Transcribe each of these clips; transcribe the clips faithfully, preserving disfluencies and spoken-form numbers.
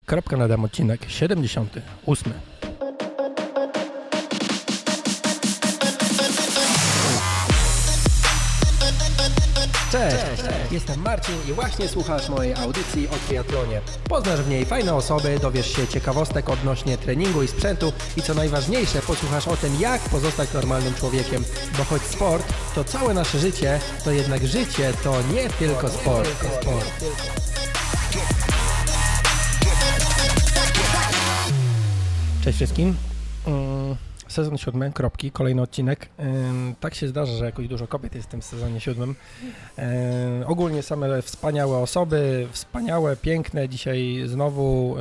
Kropka na dam, odcinek siedemdziesiąty ósmy. Cześć, Cześć, jestem Marcin i właśnie słuchasz mojej audycji o triatlonie. Poznasz w niej fajne osoby, dowiesz się ciekawostek odnośnie treningu i sprzętu i co najważniejsze, posłuchasz o tym, jak pozostać normalnym człowiekiem. Bo choć sport to całe nasze życie, to jednak życie to nie tylko sport. sport. Cześć wszystkim. Sezon siódmy, kropki, kolejny odcinek. Tak się zdarza, że jakoś dużo kobiet jest w tym sezonie siódmym. Ogólnie same wspaniałe osoby, wspaniałe, piękne. Dzisiaj znowu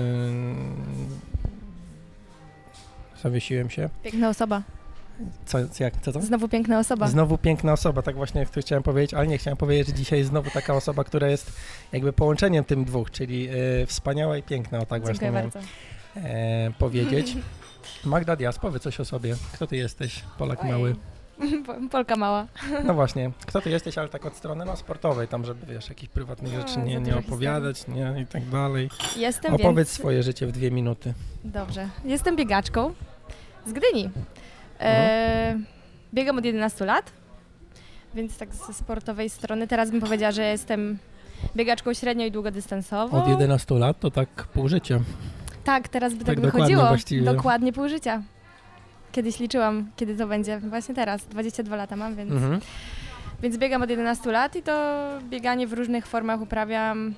zawiesiłem się. Piękna osoba. Co, jak, co to? Znowu piękna osoba. Znowu piękna osoba, tak właśnie chciałem powiedzieć, ale nie chciałem powiedzieć, że dzisiaj jest znowu taka osoba, która jest jakby połączeniem tym dwóch, czyli y, wspaniała i piękna, o tak Dziękuję właśnie miałem bardzo. e, powiedzieć. Magda Diaz, powiedz coś o sobie. Kto ty jesteś? Polak Ojej. mały. Polka mała. No właśnie, kto ty jesteś, ale tak od strony no, sportowej, tam żeby wiesz, jakichś prywatnych No, rzeczy nie, za nie dużo opowiadać, nie i tak dalej. Jestem Opowiedz więc... swoje życie w dwie minuty. Dobrze. Jestem biegaczką z Gdyni. E, Mhm. Biegam od jedenastu lat, więc tak ze sportowej strony. Teraz bym powiedziała, że jestem biegaczką średnio i długodystansową. Od jedenastu lat to tak pół życia. Tak, teraz by tak, Tak dokładnie wychodziło. właściwie. Dokładnie pół życia. Kiedyś liczyłam, kiedy to będzie. Właśnie teraz. dwadzieścia dwa lata mam, więc... Mhm. Więc biegam od jedenastu lat i to bieganie w różnych formach uprawiam.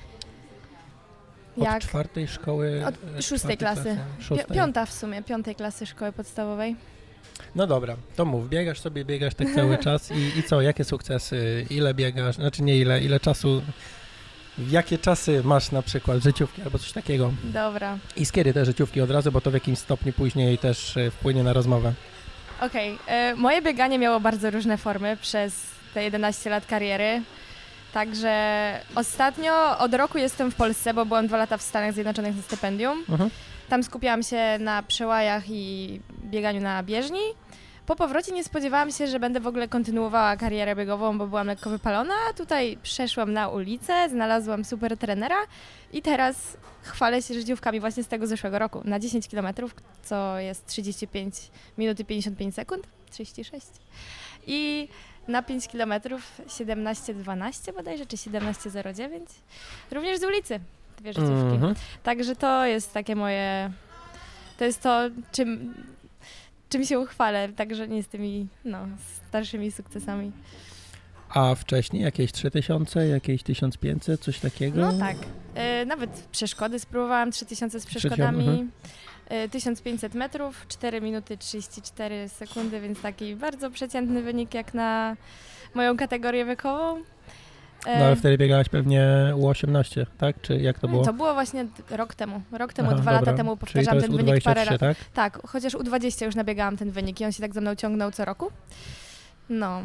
Od Jak? czwartej szkoły? Od e, szóstej czwartej klasy. Szóstej. Pi- piąta w sumie, piątej klasy szkoły podstawowej. No dobra, to mów, biegasz sobie, biegasz tak cały czas i, i co, jakie sukcesy, ile biegasz, znaczy nie ile, ile czasu, w jakie czasy masz na przykład życiówki albo coś takiego Dobra. i z kiedy te życiówki od razu, bo to w jakimś stopniu później też e, wpłynie na rozmowę. Okej, okay. Moje bieganie miało bardzo różne formy przez te jedenaście lat kariery. Także ostatnio od roku jestem w Polsce, bo byłam dwa lata w Stanach Zjednoczonych na stypendium. Mhm. Tam skupiałam się na przełajach i bieganiu na bieżni. Po powrocie nie spodziewałam się, że będę w ogóle kontynuowała karierę biegową, bo byłam lekko wypalona. Tutaj przeszłam na ulicę, znalazłam super trenera i teraz chwalę się życiówkami właśnie z tego zeszłego roku. Na dziesięć kilometrów, co jest trzydzieści pięć minut i pięćdziesiąt pięć sekund, trzydzieści sześć. I na pięć kilometrów siedemnaście dwanaście bodajże, czy siedemnaście zero dziewięć. Również z ulicy, dwie życiówki. Mhm. Także to jest takie moje, to jest to, czym, czym się uchwalę, także nie z tymi no, starszymi sukcesami. A wcześniej jakieś trzy tysiące, jakieś tysiąc pięćset, coś takiego? No tak, e, nawet przeszkody spróbowałam, trzy tysiące z przeszkodami, mhm. e, tysiąc pięćset metrów, cztery minuty trzydzieści cztery sekundy, więc taki bardzo przeciętny wynik jak na moją kategorię wiekową. No ale wtedy biegałaś pewnie U osiemnaście, tak? Czy jak to było? To było właśnie rok temu. Rok temu, Aha, dwa dobra. lata temu Czyli powtarzałam to jest ten U wynik dwadzieścia parę trzy, razy. tak? Tak, chociaż U dwadzieścia już nabiegałam ten wynik i on się tak za mną ciągnął co roku. No.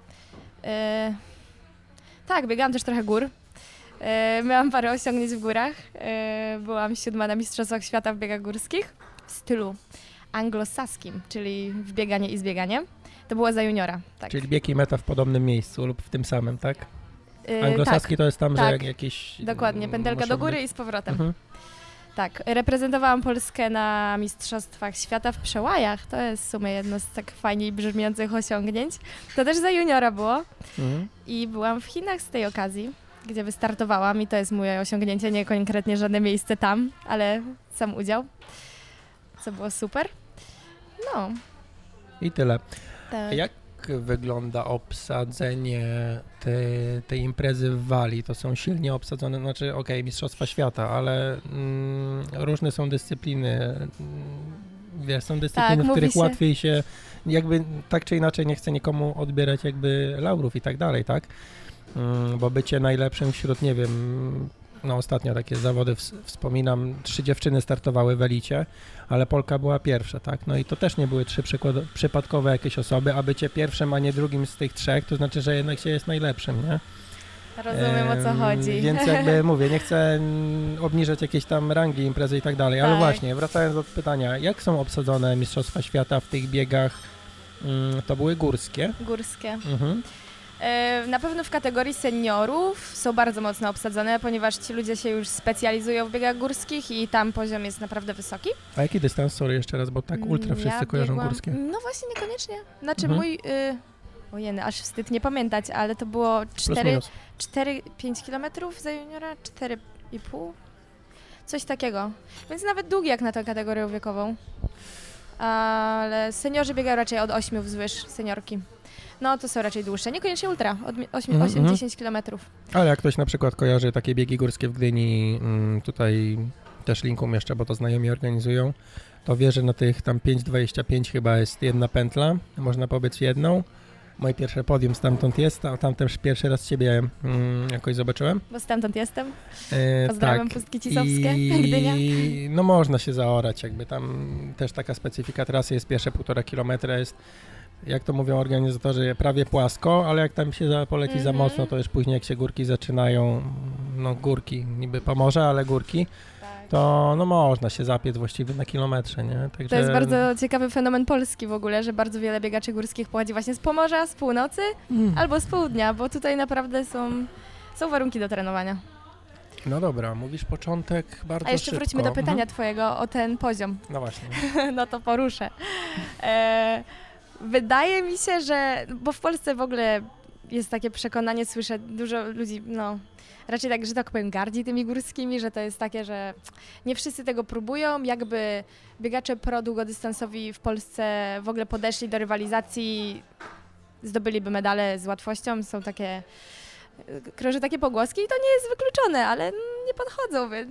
E, tak, biegałam też trochę gór. E, miałam parę osiągnięć w górach. E, byłam siódma na Mistrzostwach Świata w biegach górskich w stylu anglosaskim, czyli w bieganie i zbieganie. To było za juniora. Tak. Czyli bieg i meta w podobnym miejscu lub w tym samym, tak? E, Anglosaski tak, to jest tam, tak. że jak jakieś... Dokładnie, pętelka muszą do góry być- i z powrotem. Mhm. Tak, reprezentowałam Polskę na Mistrzostwach Świata w przełajach. To jest w sumie jedno z tak fajniej brzmiących osiągnięć. To też za juniora było. Mhm. I byłam w Chinach z tej okazji, gdzie wystartowałam i to jest moje osiągnięcie, nie konkretnie żadne miejsce tam, ale sam udział, co było super. No. I tyle. Tak. A jak wygląda obsadzenie tej, tej imprezy w Walii? To są silnie obsadzone, znaczy okej, okay, Mistrzostwa Świata, ale mm, różne są dyscypliny. Mm, Wiesz, są dyscypliny, Tak, w mówi których się- łatwiej się, jakby tak czy inaczej nie chcę nikomu odbierać jakby laurów i tak dalej, tak? Mm, bo bycie najlepszym wśród, nie wiem, no ostatnio takie zawody ws- wspominam, trzy dziewczyny startowały w elicie, ale Polka była pierwsza, tak? No i to też nie były trzy przykład- przypadkowe jakieś osoby, a bycie pierwszym, a nie drugim z tych trzech, to znaczy, że jednak się jest najlepszym, nie? Rozumiem, o co Em, chodzi. Więc jakby mówię, nie chcę mm, obniżać jakiejś tam rangi imprezy i tak dalej, ale Tak. właśnie, wracając do pytania, jak są obsadzone Mistrzostwa Świata w tych biegach, mm, to były górskie? Górskie. Mhm. E, Na pewno w kategorii seniorów są bardzo mocno obsadzone, ponieważ ci ludzie się już specjalizują w biegach górskich i tam poziom jest naprawdę wysoki. A jaki dystans? Sorry, jeszcze raz, bo tak ultra wszyscy Ja kojarzą biegłam- górskie. No właśnie, niekoniecznie. Znaczy Mhm. mój... Y... Ojeny, aż wstyd nie pamiętać, ale to było Plus cztery, minus. cztery pięć kilometrów za juniora, cztery i pół, coś takiego. Więc nawet długi jak na tę kategorię wiekową. Ale seniorzy biegają raczej od ośmiu wzwyż, seniorki. No to są raczej dłuższe, niekoniecznie ultra, od Mhm, osiem do dziesięciu kilometrów. Ale jak ktoś na przykład kojarzy takie biegi górskie w Gdyni, mm, tutaj też link umieszczę, bo to znajomi organizują, to wie, że na tych tam pięć dwadzieścia pięć chyba jest jedna pętla, można pobiec jedną. Moje pierwsze podium stamtąd jest, tam, tam też pierwszy raz Ciebie mm, jakoś zobaczyłem. Bo stamtąd jestem. E, Pozdrawiam tak. Pustki Cisowskie, Gdynia. I no można się zaorać, jakby tam też taka specyfika trasy jest, pierwsze półtora kilometra jest, jak to mówią organizatorzy, prawie płasko, ale jak tam się za, poleci za Mhm. mocno, to już później jak się górki zaczynają, no górki, niby Pomorze, ale górki, to no można się zapiec właściwie na kilometrze, nie? Także... To jest bardzo ciekawy fenomen Polski w ogóle, że bardzo wiele biegaczy górskich pochodzi właśnie z Pomorza, z północy Mm. albo z południa, bo tutaj naprawdę są, są warunki do trenowania. No dobra, mówisz początek bardzo A jeszcze szybko. wróćmy do pytania Mhm. twojego o ten poziom. No właśnie. No to poruszę. E, wydaje mi się, że, bo w Polsce w ogóle jest takie przekonanie, słyszę dużo ludzi, no raczej tak, że tak powiem, gardzi tymi górskimi, że to jest takie, że nie wszyscy tego próbują, jakby biegacze pro długodystansowi w Polsce w ogóle podeszli do rywalizacji, zdobyliby medale z łatwością, są takie, krąży takie pogłoski i to nie jest wykluczone, ale nie podchodzą, więc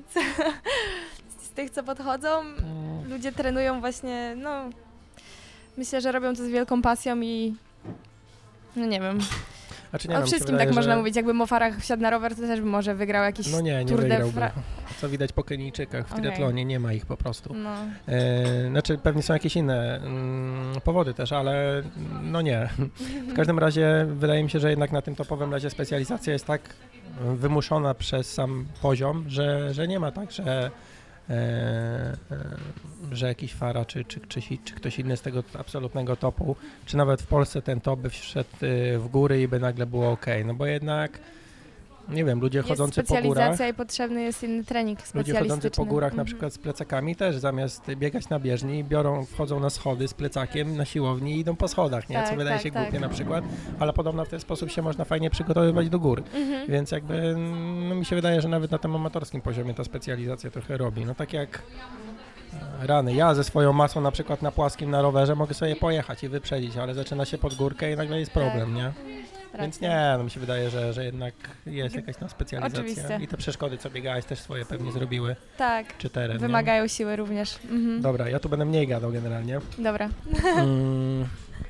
z tych, co podchodzą, Mm. ludzie trenują właśnie, no myślę, że robią to z wielką pasją i no nie wiem, Znaczy, nie o wiem, mi się wszystkim wydaje, tak można że- mówić, jakby Mofarach wsiadł na rower, to też by może wygrał jakiś No nie, nie Tour de wygrałby. Fra- Co widać po Kenijczykach w Okej. triatlonie, nie ma ich po prostu. No, E, znaczy pewnie są jakieś inne mm, powody też, ale no nie. W każdym razie wydaje mi się, że jednak na tym topowym razie specjalizacja jest tak wymuszona przez sam poziom, że, że nie ma tak, że, e, e, że jakiś Fara czy, czy, czy, czy ktoś inny z tego absolutnego topu, czy nawet w Polsce ten top by wszedł e, w góry i by nagle było ok, no bo jednak nie wiem, ludzie jest chodzący po górach, specjalizacja i potrzebny jest inny trening ludzie specjalistyczny. chodzący po górach na Mhm. przykład z plecakami też zamiast biegać na bieżni, biorą, wchodzą na schody z plecakiem na siłowni i idą po schodach, nie? Co Tak, wydaje tak, się tak. głupie na przykład, ale podobno w ten sposób się można fajnie przygotowywać do gór. Mhm. Więc jakby no, mi się wydaje, że nawet na tym amatorskim poziomie ta specjalizacja trochę robi. No tak jak e, rany. Ja ze swoją masą na przykład na płaskim na rowerze mogę sobie pojechać i wyprzedzić, ale zaczyna się pod górkę i nagle jest problem, nie? Więc Racja. nie, no mi się wydaje, że, że jednak jest jakaś tam specjalizacja. Oczywiście. I te przeszkody, co biegałeś, też swoje pewnie zrobiły, Tak, czy teren, nie? wymagają siły również. Mhm. Dobra, ja tu będę mniej gadał generalnie. Dobra. Mm.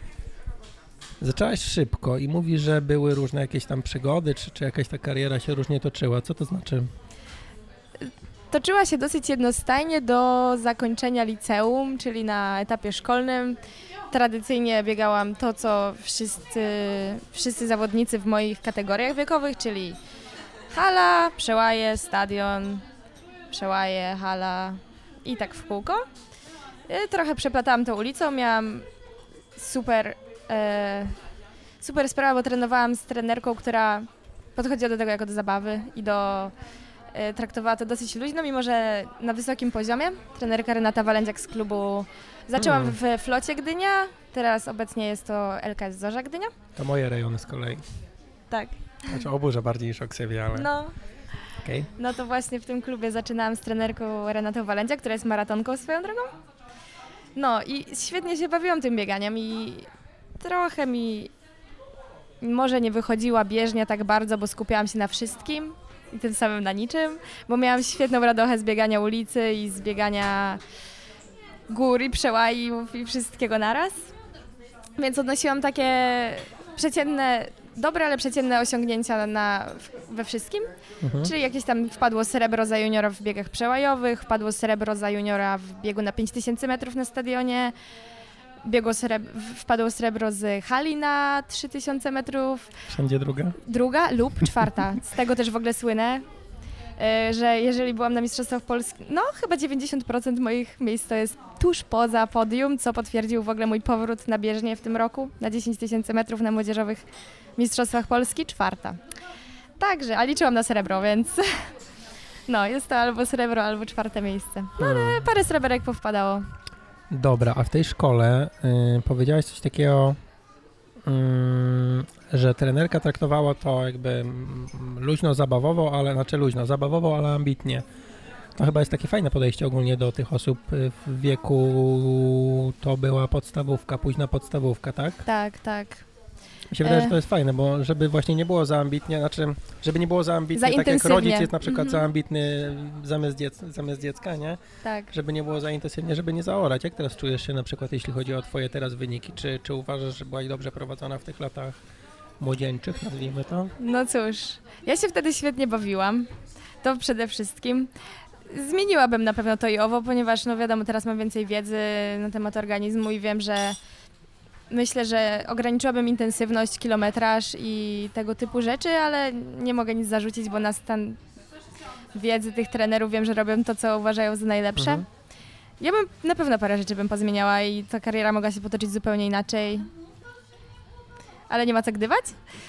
Zaczęłaś szybko i mówisz, że były różne jakieś tam przygody, czy, czy jakaś ta kariera się różnie toczyła. Co to znaczy? Toczyła się dosyć jednostajnie do zakończenia liceum, czyli na etapie szkolnym. Tradycyjnie biegałam to, co wszyscy, wszyscy zawodnicy w moich kategoriach wiekowych, czyli hala, przełaje, stadion, przełaje, hala i tak w kółko. Y, Trochę przeplatałam tą ulicą, miałam super, e, super sprawę, bo trenowałam z trenerką, która podchodziła do tego jako do zabawy i do e, traktowała to dosyć luźno, mimo że na wysokim poziomie. Trenerka Renata Walędziak z klubu. Zaczęłam Hmm. w Flocie Gdynia, teraz obecnie jest to L K S Zorza Gdynia. To moje rejony z kolei. Tak. Znaczy oburza bardziej niż Oksywie, ale No, okej. no to właśnie w tym klubie zaczynałam z trenerką Renatą Walędziak, która jest maratonką swoją drogą. No i świetnie się bawiłam tym bieganiem i trochę mi może nie wychodziła bieżnia tak bardzo, bo skupiałam się na wszystkim i tym samym na niczym, bo miałam świetną radochę z biegania ulicy i z biegania gór i przełajów i wszystkiego naraz. Więc odnosiłam takie przeciętne, dobre, ale przeciętne osiągnięcia na, we wszystkim. Mhm. Czyli jakieś tam wpadło srebro za juniora w biegach przełajowych, wpadło srebro za juniora w biegu na pięć tysięcy metrów na stadionie, biegło sreb- wpadło srebro z hali na trzy tysiące metrów, Wszędzie druga? druga lub czwarta. Z tego też w ogóle słynę, y, że jeżeli byłam na Mistrzostwach Polski, no chyba dziewięćdziesiąt procent moich miejsc to jest tuż poza podium, co potwierdził w ogóle mój powrót na bieżnię w tym roku na dziesięć tysięcy metrów na młodzieżowych W Mistrzostwach Polski czwarta. Także, a liczyłam na srebro, więc no, jest to albo srebro, albo czwarte miejsce. No ale Hmm. parę sreberek powpadało. Dobra, a w tej szkole y, powiedziałaś coś takiego, y, że trenerka traktowała to jakby mm, luźno, zabawowo, ale znaczy luźno, zabawowo, ale ambitnie. To chyba jest takie fajne podejście ogólnie do tych osób y, w wieku, to była podstawówka, późna podstawówka, tak? Tak, tak. Mi się wydaje, E. że to jest fajne, bo żeby właśnie nie było za ambitnie, znaczy, żeby nie było za ambitnie, Za tak jak intensywnie. rodzic jest na przykład Mhm. za ambitny zamiast, dziec zamiast dziecka, nie? Tak. Żeby nie było za intensywnie, żeby nie zaorać. Jak teraz czujesz się na przykład, jeśli chodzi o twoje teraz wyniki? Czy, czy uważasz, że byłaś dobrze prowadzona w tych latach młodzieńczych, nazwijmy to? No cóż, ja się wtedy świetnie bawiłam. To przede wszystkim. Zmieniłabym na pewno to i owo, ponieważ no wiadomo, teraz mam więcej wiedzy na temat organizmu i wiem, że myślę, że ograniczyłabym intensywność, kilometraż i tego typu rzeczy, ale nie mogę nic zarzucić, bo na stan wiedzy tych trenerów wiem, że robią to, co uważają za najlepsze. Mhm. Ja bym na pewno parę rzeczy bym pozmieniała i ta kariera mogła się potoczyć zupełnie inaczej. Ale nie ma co gdywać.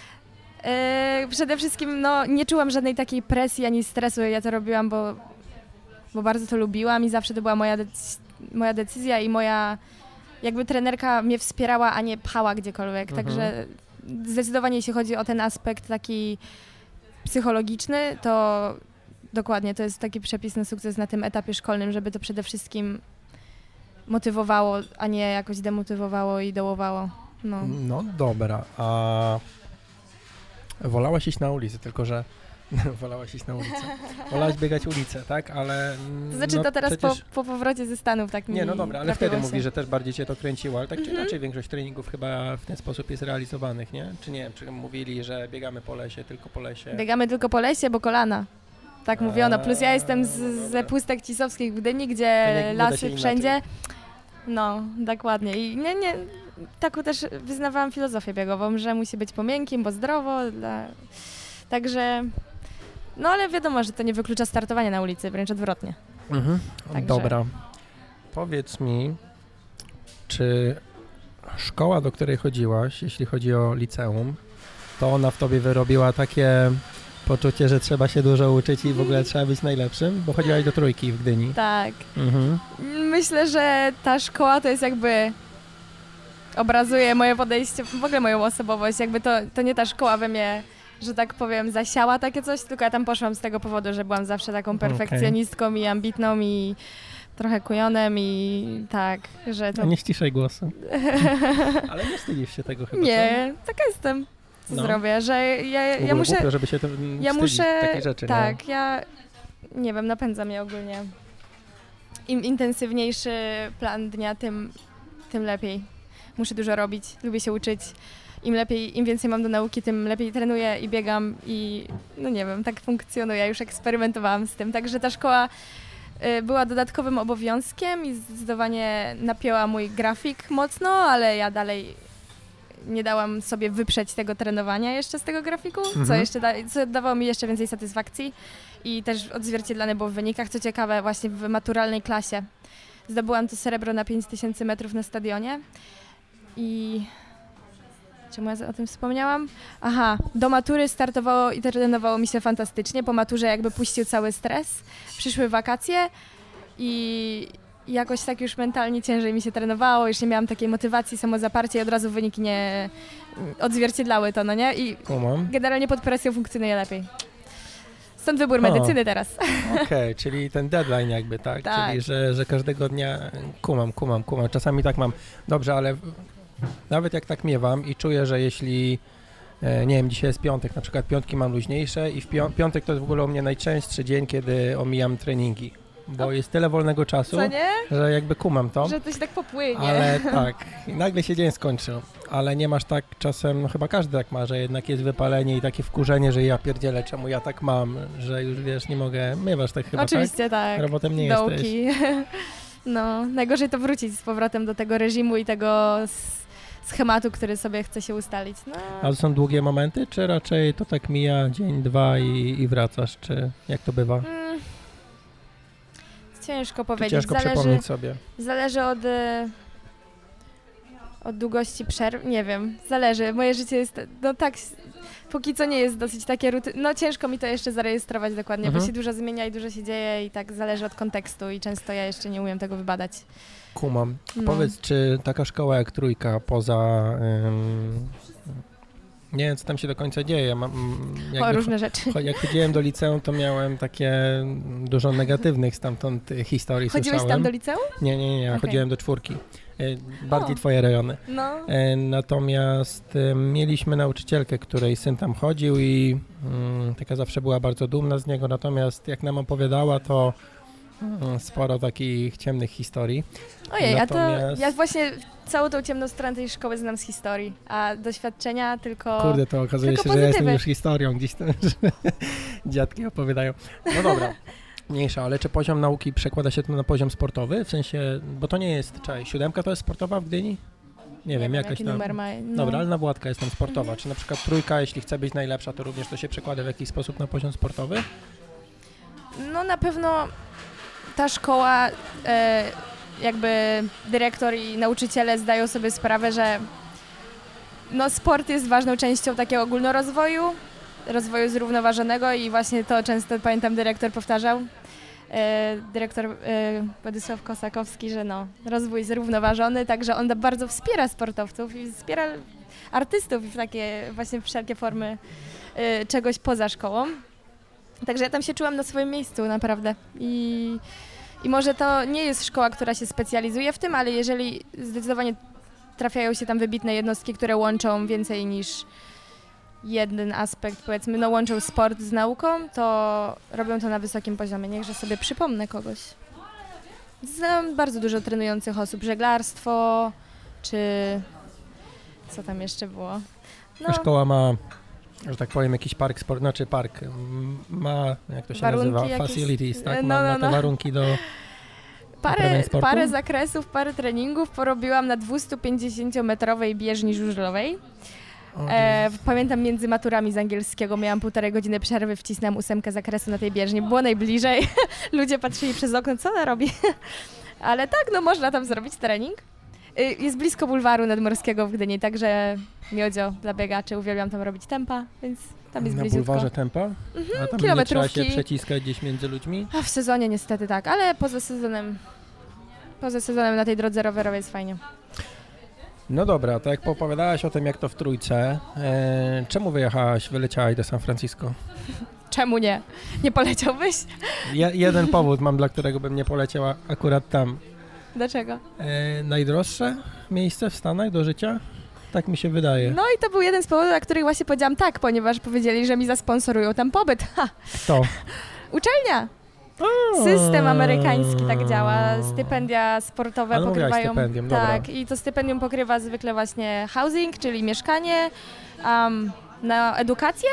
Yy, przede wszystkim no, nie czułam żadnej takiej presji ani stresu. Ja to robiłam, bo, bo bardzo to lubiłam i zawsze to była moja, decy- moja decyzja i moja jakby trenerka mnie wspierała, a nie pchała gdziekolwiek. Mhm. Także zdecydowanie jeśli chodzi o ten aspekt taki psychologiczny, to dokładnie to jest taki przepis na sukces na tym etapie szkolnym, żeby to przede wszystkim motywowało, a nie jakoś demotywowało i dołowało. No. No dobra, a wolałaś iść na ulicę, tylko że wolałaś iść na ulicę. Wolałaś biegać ulicę, tak? Ale To znaczy no, to teraz przecież... po, po powrocie ze Stanów tak mi Nie, no dobra, ale wtedy trafiło się. mówisz, że też bardziej cię to kręciło, ale tak czy Mhm. inaczej większość treningów chyba w ten sposób jest realizowanych, nie? Czy nie wiem, czy mówili, że biegamy po lesie, tylko po lesie. Biegamy tylko po lesie, bo kolana. Tak A, mówiono. Plus ja jestem z, no ze dobra. Pustek Cisowskich w Gdyni, To nie- gdzie nie da się lasy inaczej. wszędzie. No, dokładnie. I nie, nie, taką też wyznawałam filozofię biegową, że musi być po miękkim, bo zdrowo. Dla... Także, no ale wiadomo, że to nie wyklucza startowania na ulicy, wręcz odwrotnie. Mhm. Także- Dobra. Powiedz mi, czy szkoła, do której chodziłaś, jeśli chodzi o liceum, to ona w tobie wyrobiła takie poczucie, że trzeba się dużo uczyć i w ogóle trzeba być najlepszym? Bo chodziłaś do trójki w Gdyni. Tak. Mhm. Myślę, że ta szkoła to jest jakby obrazuje moje podejście, w ogóle moją osobowość. Jakby to, to nie ta szkoła we mnie, że tak powiem, zasiała takie coś, tylko ja tam poszłam z tego powodu, że byłam zawsze taką perfekcjonistką i ambitną i trochę kujonem i tak, że to... A nie ściszaj głosu. Ale nie wstydzisz się tego chyba, Nie, taka jestem. Co No. zrobię, że ja, co? W ja ogóle muszę... głupio, żeby się to mm, Ja wstydzić muszę, takich rzeczy, tak, nie? ja nie wiem, napędza mnie ogólnie. Im intensywniejszy plan dnia, tym, tym lepiej. Muszę dużo robić, lubię się uczyć. Im lepiej, im więcej mam do nauki, tym lepiej trenuję i biegam i no nie wiem, tak funkcjonuje. Już eksperymentowałam z tym, także ta szkoła y, była dodatkowym obowiązkiem i zdecydowanie napięła mój grafik mocno, ale ja dalej nie dałam sobie wyprzeć tego trenowania jeszcze z tego grafiku, co Mhm. jeszcze da, co dawało mi jeszcze więcej satysfakcji i też odzwierciedlane było w wynikach. Co ciekawe, właśnie w maturalnej klasie zdobyłam to srebro na pięć tysięcy metrów na stadionie i czemu ja o tym wspomniałam? Aha, do matury startowało i trenowało mi się fantastycznie. Po maturze jakby puścił cały stres, przyszły wakacje i i jakoś tak już mentalnie ciężej mi się trenowało, już nie miałam takiej motywacji, samozaparcia i od razu wyniki nie odzwierciedlały to, no nie? I Kumam. generalnie pod presją funkcjonuje lepiej. Stąd wybór O. medycyny teraz. Okej, czyli ten deadline jakby, tak? Tak. Czyli, że, że każdego dnia kumam, kumam, kumam. Czasami tak mam. Dobrze, ale nawet jak tak miewam i czuję, że jeśli, e, nie wiem, dzisiaj jest piątek, na przykład piątki mam luźniejsze i w pią- piątek to jest w ogóle u mnie najczęstszy dzień, kiedy omijam treningi, bo O. jest tyle wolnego czasu, Co nie? że jakby kumam to. Że to się tak popłynie. Ale tak, i nagle się dzień skończył, ale nie masz tak czasem, no chyba każdy tak ma, że jednak jest wypalenie i takie wkurzenie, że ja pierdzielę, czemu ja tak mam, że już wiesz, nie mogę, miewasz tak chyba, Oczywiście tak. tak? Robotem nie jesteś. Dołki. No, najgorzej to wrócić z powrotem do tego reżimu i tego s- schematu, który sobie chce się ustalić. No, Ale są długie momenty, czy raczej to tak mija dzień, dwa i, i wracasz, czy jak to bywa? mm, ciężko Czy powiedzieć. ciężko Zależy, przypomnieć sobie. zależy od... y, Od długości przerw? Nie wiem, zależy. Moje życie jest, no tak, póki co nie jest dosyć takie ruty... No ciężko mi to jeszcze zarejestrować dokładnie, mhm. bo się dużo zmienia i dużo się dzieje i tak zależy od kontekstu i często ja jeszcze nie umiem tego wybadać. Kumam. No. Powiedz, czy taka szkoła jak Trójka poza... Ym, nie wiem, co tam się do końca dzieje. Mam, o, różne rzeczy. Jak chodziłem do liceum, to miałem takie dużo negatywnych stamtąd historii. Chodziłeś słyszałem. tam do liceum? Nie, nie, nie. Okay. Chodziłem do czwórki. Bardziej o. twoje rejony. No. Natomiast mieliśmy nauczycielkę, której syn tam chodził i mm, taka zawsze była bardzo dumna z niego, natomiast jak nam opowiadała, to mm, sporo takich ciemnych historii. Ojej, natomiast... a to ja właśnie całą tą ciemną stronę tej szkoły znam z historii, a doświadczenia tylko Kurde, to okazuje się, że ja jestem już historią gdzieś tam, że dziadki opowiadają. No dobra. Mniejsza, ale czy poziom nauki przekłada się to na poziom sportowy? W sensie, bo to nie jest, czekaj, siódemka to jest sportowa w Gdyni? Nie, nie wiem, jakaś jaki tam... numer ma, no. Dobra, ale na Władka jest tam sportowa. Mhm. Czy na przykład Trójka, jeśli chce być najlepsza, to również to się przekłada w jakiś sposób na poziom sportowy? No na pewno ta szkoła, e, jakby dyrektor i nauczyciele zdają sobie sprawę, że no sport jest ważną częścią takiego ogólnorozwoju, rozwoju zrównoważonego i właśnie to często, pamiętam, dyrektor powtarzał, e, dyrektor e, Władysław Kosakowski, że no, rozwój zrównoważony, także on bardzo wspiera sportowców i wspiera artystów i w takie właśnie wszelkie formy e, czegoś poza szkołą. Także ja tam się czułam na swoim miejscu, naprawdę. I, I może to nie jest szkoła, która się specjalizuje w tym, ale jeżeli zdecydowanie trafiają się tam wybitne jednostki, które łączą więcej niż jeden aspekt, powiedzmy, no łączą sport z nauką, to robią to na wysokim poziomie. Niechże sobie przypomnę kogoś. Znam bardzo dużo trenujących osób. Żeglarstwo, czy co tam jeszcze było? No. Szkoła ma, że tak powiem, jakiś park sport, znaczy park, ma, jak to się warunki nazywa, jakieś, facilities, tak? No, ma, no, ma te no. warunki do Parę, parę zakresów, parę treningów porobiłam na dwiestupięćdziesięciometrowej bieżni żużlowej. E, pamiętam, między maturami z angielskiego miałam półtorej godziny przerwy, wcisnęłam ósemkę zakresu na tej bieżni. Było najbliżej. Ludzie patrzyli przez okno, co ona robi. Ale tak, no można tam zrobić trening. Jest blisko bulwaru nadmorskiego w Gdyni, także miodzio dla biegaczy. Uwielbiam tam robić tempa, więc tam jest na bliziutko. Na bulwarze tempa? Mhm, a tam nie trzeba się przeciskać gdzieś między ludźmi? A w sezonie niestety tak, ale poza sezonem, poza sezonem na tej drodze rowerowej jest fajnie. No dobra, to jak poopowiadałaś o tym, jak to w Trójce, e, czemu wyjechałaś, wyleciałaś do San Francisco? Czemu nie? Nie poleciałbyś? Ja, jeden powód mam, dla którego bym nie poleciała akurat tam. Dlaczego? E, najdroższe miejsce w Stanach do życia? Tak mi się wydaje. No i to był jeden z powodów, dla których właśnie powiedziałam tak, ponieważ powiedzieli, że mi zasponsorują tam pobyt. Ha. Kto? Uczelnia. System amerykański tak działa, stypendia sportowe Ale pokrywają. stypendium, tak, dobra. i to stypendium pokrywa zwykle właśnie housing, czyli mieszkanie, um, na edukację.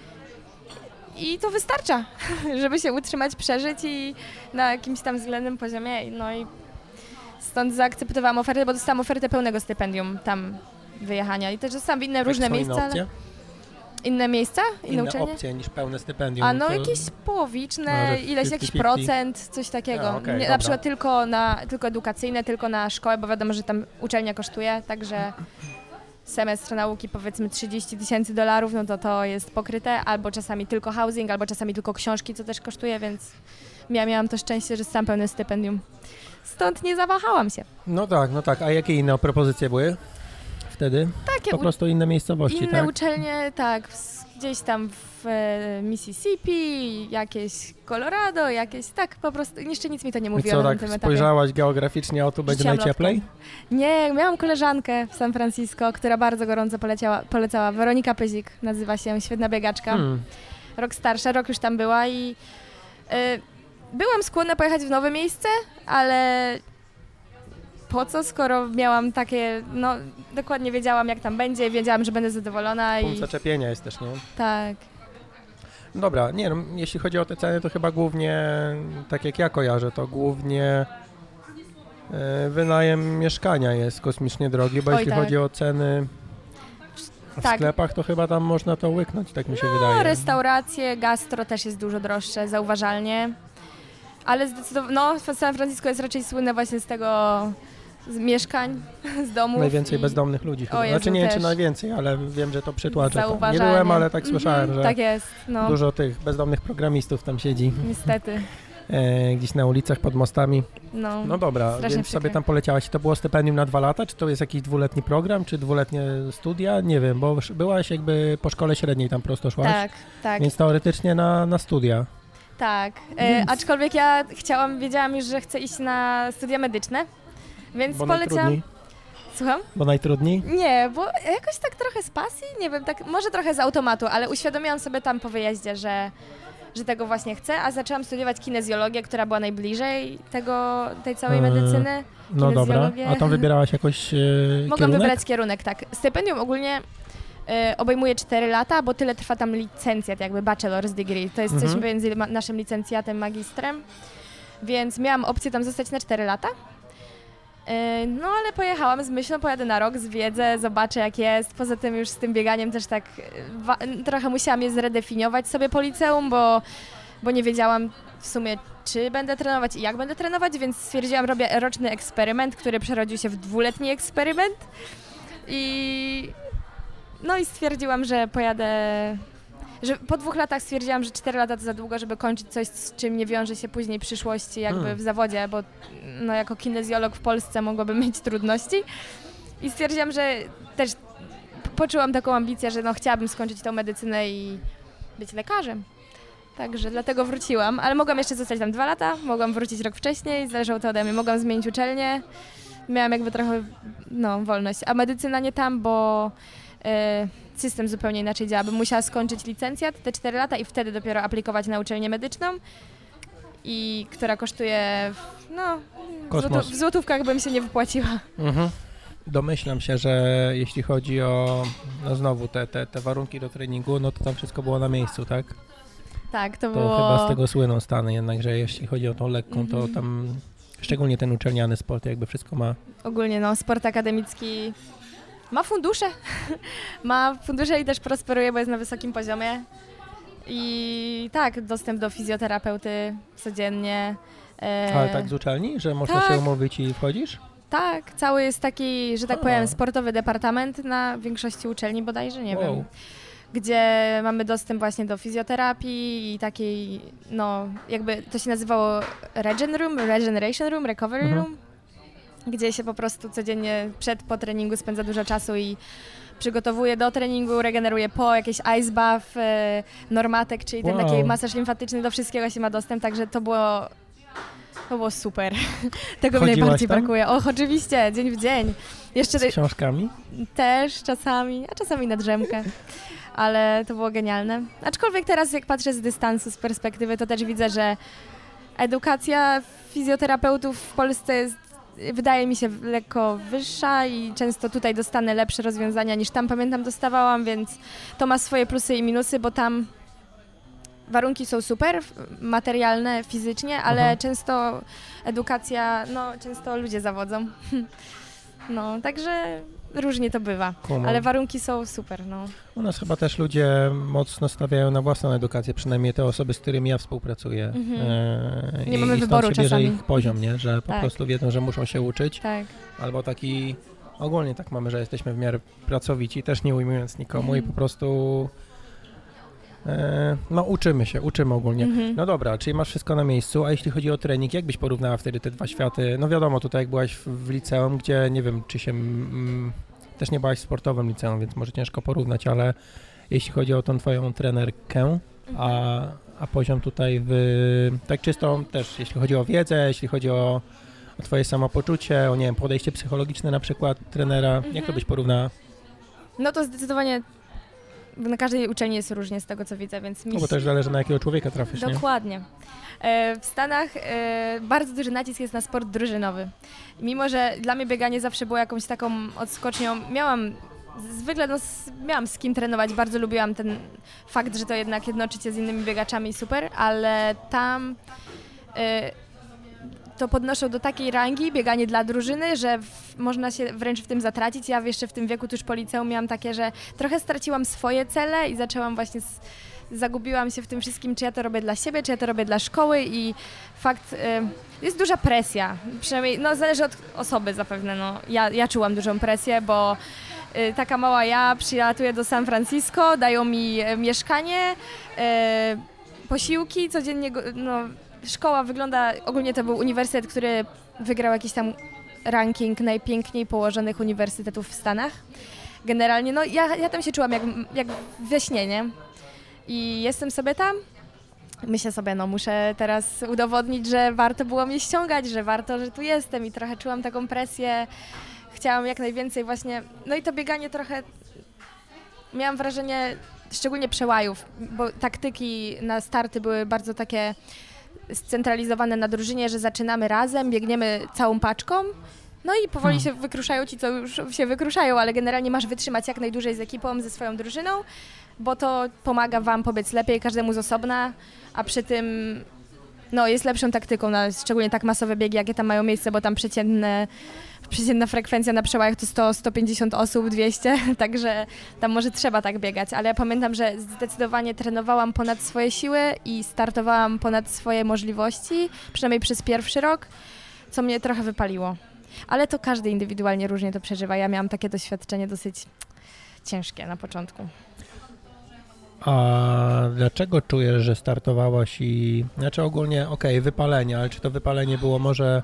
I to wystarcza, żeby się utrzymać, przeżyć i na jakimś tam względnym poziomie. No i stąd zaakceptowałam ofertę, bo dostałam ofertę pełnego stypendium tam wyjechania. I też dostałam inne różne są miejsca. Inne, ale... inne miejsca? Inne, inne uczelnie? opcje niż pełne stypendium. A no to... jakieś połowiczne, Może ileś jakiś pięćdziesiąt pięćdziesiąt. procent, coś takiego. A, okay, Nie, dobra. na przykład tylko, na, tylko edukacyjne, tylko na szkołę, bo wiadomo, że tam uczelnia kosztuje, także semestr nauki powiedzmy trzydzieści tysięcy dolarów, no to to jest pokryte, albo czasami tylko housing, albo czasami tylko książki, co też kosztuje, więc ja miałam to szczęście, że sam pełne stypendium. Stąd nie zawahałam się. No tak, no tak. A jakie inne propozycje były wtedy? Takie po prostu inne miejscowości, inne tak? uczelnie, tak, gdzieś tam w e, Mississippi, jakieś Colorado, jakieś, tak, po prostu, jeszcze nic mi to nie I mówiło co, na tak tym etapie. spojrzałaś geograficznie, o tu będzie Rzuciłam najcieplej? lotką. Nie, miałam koleżankę w San Francisco, która bardzo gorąco poleciała, polecała. Weronika Pyzik nazywa się, świetna biegaczka. Hmm. Rok starsza, rok już tam była i y, byłam skłonna pojechać w nowe miejsce, ale po co, skoro miałam takie, no dokładnie wiedziałam, jak tam będzie, wiedziałam, że będę zadowolona. Punkt i zaczepienia jest też, nie? Tak. Dobra, nie no, jeśli chodzi o te ceny, to chyba głównie, tak jak ja kojarzę, to głównie y, wynajem mieszkania jest kosmicznie drogi, bo Oj, jeśli tak. chodzi o ceny w Tak. sklepach, to chyba tam można to łyknąć, tak mi się No, wydaje. restauracje, gastro też jest dużo droższe, zauważalnie. Ale zdecydowanie, no, San Francisco jest raczej słynne właśnie z tego, z mieszkań, z domów. Najwięcej i... bezdomnych ludzi chyba. O Jezu, znaczy nie wiem, czy też. najwięcej, ale wiem, że to przytłacza. Nie Zauważalnie. byłem, ale tak słyszałem, Mhm, że tak jest, no. dużo tych bezdomnych programistów tam siedzi. Niestety. E, gdzieś na ulicach, pod mostami. No, No dobra, strasznie więc przykre. sobie tam poleciałaś. I to było stypendium na dwa lata? Czy to jest jakiś dwuletni program, czy dwuletnie studia? Nie wiem, bo byłaś jakby po szkole średniej tam prosto szłaś. Tak, tak, Więc teoretycznie na, na studia. tak. E, Więc- aczkolwiek ja chciałam, wiedziałam już, że chcę iść na studia medyczne, więc Bo poleciałam... najtrudniej? Słucham? Bo najtrudniej? Nie, bo jakoś tak trochę z pasji, nie wiem, tak może trochę z automatu, ale uświadomiłam sobie tam po wyjeździe, że, że tego właśnie chcę, a zaczęłam studiować kinezjologię, która była najbliżej tego, tej całej Eee, medycyny. No dobra. Kinezjologię. A tam wybierałaś jakoś e, Mogłam kierunek? wybrać kierunek, tak. Stypendium ogólnie e, obejmuje cztery lata, bo tyle trwa tam licencjat, jakby bachelor's degree. To jest Mhm. coś między ma- naszym licencjatem, magistrem, więc miałam opcję tam zostać na cztery lata. E, No ale pojechałam z myślą, pojadę na rok, zwiedzę, zobaczę jak jest. Poza tym już z tym bieganiem też tak e, wa- trochę musiałam je zredefiniować sobie po liceum, bo, bo nie wiedziałam w sumie czy będę trenować i jak będę trenować, więc stwierdziłam, robię roczny eksperyment, który przerodził się w dwuletni eksperyment i no i stwierdziłam, że pojadę, że po dwóch latach stwierdziłam, że cztery lata to za długo, żeby kończyć coś, z czym nie wiąże się później przyszłości jakby Hmm. w zawodzie, bo no jako kinezjolog w Polsce mogłabym mieć trudności i stwierdziłam, że też poczułam taką ambicję, że no chciałabym skończyć tą medycynę i być lekarzem. Także dlatego wróciłam, ale mogłam jeszcze zostać tam dwa lata, mogłam wrócić rok wcześniej, zależało to ode mnie, mogłam zmienić uczelnię, miałam jakby trochę, no, wolność, a medycyna nie tam, bo e, system zupełnie inaczej działa, bym musiała skończyć licencjat, te cztery lata i wtedy dopiero aplikować na uczelnię medyczną, i która kosztuje, no, w, Kosmos. złotu, w złotówkach bym się nie wypłaciła. Mhm. Domyślam się, że jeśli chodzi o, no znowu te, te, te warunki do treningu, no to tam wszystko było na miejscu, tak? Tak, to, To było... chyba z tego słyną Stany jednak, że jeśli chodzi o tą lekką, to Mhm. tam szczególnie ten uczelniany sport jakby wszystko ma. Ogólnie no, sport akademicki ma fundusze, ma fundusze i też prosperuje, bo jest na wysokim poziomie. I tak, dostęp do fizjoterapeuty codziennie. E, Ale tak z uczelni, że można tak. się umówić i wchodzisz? Tak, cały jest taki, że tak A. powiem, sportowy departament na większości uczelni bodajże, nie Wow. wiem. Gdzie mamy dostęp właśnie do fizjoterapii i takiej, no jakby to się nazywało Regen Room, Regeneration Room, Recovery Mhm. Room, gdzie się po prostu codziennie przed, po treningu spędza dużo czasu i przygotowuje do treningu, regeneruje po, jakieś ice bath, e, normatek, czyli ten Wow. taki masaż limfatyczny, do wszystkiego się ma dostęp, także to było, to było super. Tego mi Chodziłaś najbardziej tam? brakuje. Och, oczywiście, dzień w dzień. Jeszcze Z książkami? też czasami, a czasami na drzemkę. Ale to było genialne. Aczkolwiek teraz jak patrzę z dystansu, z perspektywy, to też widzę, że edukacja fizjoterapeutów w Polsce jest, wydaje mi się, lekko wyższa i często tutaj dostanę lepsze rozwiązania niż tam, pamiętam, dostawałam, więc to ma swoje plusy i minusy, bo tam warunki są super, materialne, fizycznie, ale Aha. często edukacja, no często ludzie zawodzą. No, także różnie to bywa, Kumam. ale warunki są super, no. U nas chyba też ludzie mocno stawiają na własną edukację, przynajmniej te osoby, z którymi ja współpracuję. Mhm. E, Nie i, mamy i stąd wyboru się bierze czasami. ich poziom, nie? Że po Tak. prostu wiedzą, że muszą się uczyć. Tak. Albo taki, ogólnie tak mamy, że jesteśmy w miarę pracowici, też nie ujmując nikomu Mhm. i po prostu e, no uczymy się, uczymy ogólnie. Mhm. No dobra, czyli masz wszystko na miejscu, a jeśli chodzi o trening, jak byś porównała wtedy te dwa światy? No wiadomo, tutaj jak byłaś w, w liceum, gdzie nie wiem, czy się, mm, też nie byłaś w sportowym liceum, więc może ciężko porównać, ale jeśli chodzi o tą twoją trenerkę, a, a poziom tutaj w, tak czysto też, jeśli chodzi o wiedzę, jeśli chodzi o, o twoje samopoczucie, o nie wiem, podejście psychologiczne na przykład trenera, jak to Mhm. byś porównała? No to zdecydowanie na każdej uczelni jest różnie z tego, co widzę, więc mi No bo się- też zależy, na jakiego człowieka trafisz, nie? Dokładnie. E, W Stanach e, bardzo duży nacisk jest na sport drużynowy. Mimo że dla mnie bieganie zawsze było jakąś taką odskocznią, miałam zwykle no, z, miałam z kim trenować, bardzo lubiłam ten fakt, że to jednak jednoczy cię z innymi biegaczami, super, ale tam e, to podnoszą do takiej rangi, bieganie dla drużyny, że w, można się wręcz w tym zatracić. Ja jeszcze w tym wieku tuż po liceum miałam takie, że trochę straciłam swoje cele i zaczęłam właśnie, z, zagubiłam się w tym wszystkim, czy ja to robię dla siebie, czy ja to robię dla szkoły i fakt, y, jest duża presja, przynajmniej, no zależy od osoby zapewne, no. Ja, ja czułam dużą presję, bo y, taka mała ja przylatuję do San Francisco, dają mi y, mieszkanie, y, posiłki, codziennie, no, szkoła wygląda, ogólnie to był uniwersytet, który wygrał jakiś tam ranking najpiękniej położonych uniwersytetów w Stanach. Generalnie, no ja, ja tam się czułam jak, jak we śnie, nie? I jestem sobie tam, myślę sobie, no muszę teraz udowodnić, że warto było mnie ściągać, że warto, że tu jestem i trochę czułam taką presję. Chciałam jak najwięcej właśnie, no i to bieganie trochę, miałam wrażenie, szczególnie przełajów, bo taktyki na starty były bardzo takie scentralizowane na drużynie, że zaczynamy razem, biegniemy całą paczką, no i powoli hmm. się wykruszają ci, co już się wykruszają, ale generalnie masz wytrzymać jak najdłużej z ekipą, ze swoją drużyną, bo to pomaga wam pobiec lepiej, każdemu z osobna, a przy tym no, jest lepszą taktyką, na szczególnie tak masowe biegi, jakie tam mają miejsce, bo tam przeciętne, przeciętna frekwencja na przełajach to sto sto pięćdziesiąt osób, dwieście, także tam może trzeba tak biegać, ale ja pamiętam, że zdecydowanie trenowałam ponad swoje siły i startowałam ponad swoje możliwości, przynajmniej przez pierwszy rok, co mnie trochę wypaliło. Ale to każdy indywidualnie różnie to przeżywa. Ja miałam takie doświadczenie dosyć ciężkie na początku. A dlaczego czujesz, że startowałaś i... Znaczy ogólnie, okej, okay, wypalenie, ale czy to wypalenie było może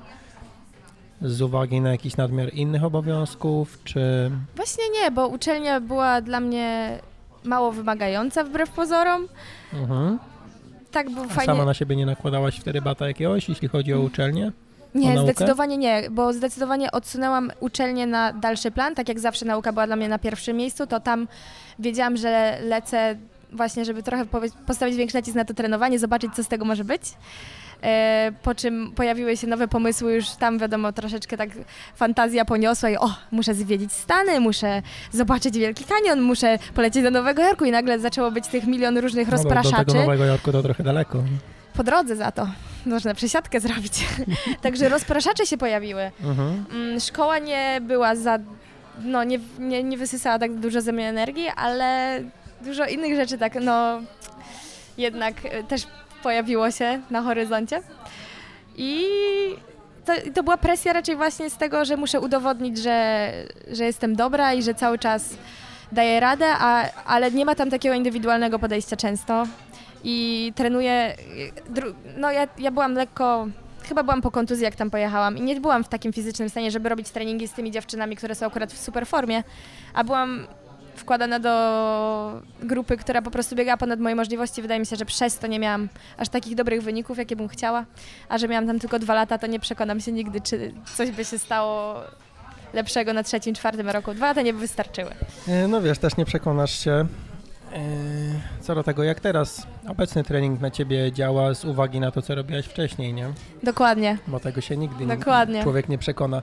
z uwagi na jakiś nadmiar innych obowiązków, czy... Właśnie nie, bo uczelnia była dla mnie mało wymagająca wbrew pozorom. Mhm. Tak był A fajnie... sama na siebie nie nakładałaś wtedy bata jakiegoś, jeśli chodzi o uczelnię? Nie, zdecydowanie nie, bo zdecydowanie odsunęłam uczelnię na dalszy plan, tak jak zawsze nauka była dla mnie na pierwszym miejscu, to tam wiedziałam, że lecę właśnie, żeby trochę postawić większy nacisk na to trenowanie, zobaczyć, co z tego może być. E, po czym pojawiły się nowe pomysły, już tam wiadomo, troszeczkę tak fantazja poniosła i o, muszę zwiedzić Stany, muszę zobaczyć Wielki Kanion, muszę polecieć do Nowego Jorku i nagle zaczęło być tych milion różnych no, rozpraszaczy. Do tego Nowego Jorku to trochę daleko. Po drodze za to. Można przesiadkę zrobić. Także rozpraszacze się pojawiły. Mhm. Szkoła nie była za... No, nie, nie, nie wysysała tak dużo ze mnie energii, ale dużo innych rzeczy tak, no... Jednak też pojawiło się na horyzoncie. I to, to była presja raczej właśnie z tego, że muszę udowodnić, że, że jestem dobra i że cały czas daję radę, a, ale nie ma tam takiego indywidualnego podejścia często. I trenuję, no ja, ja byłam lekko, chyba byłam po kontuzji, jak tam pojechałam i nie byłam w takim fizycznym stanie, żeby robić treningi z tymi dziewczynami, które są akurat w super formie, a byłam wkładana do grupy, która po prostu biegała ponad moje możliwości. Wydaje mi się, że przez to nie miałam aż takich dobrych wyników, jakie bym chciała, a że miałam tam tylko dwa lata, to nie przekonam się nigdy, czy coś by się stało lepszego na trzecim, czwartym roku. Dwa lata nie by wystarczyły. No wiesz, też nie przekonasz się. Co do tego, jak teraz obecny trening na ciebie działa z uwagi na to, co robiłaś wcześniej, nie? Dokładnie. Bo tego się nigdy Dokładnie. człowiek nie przekona.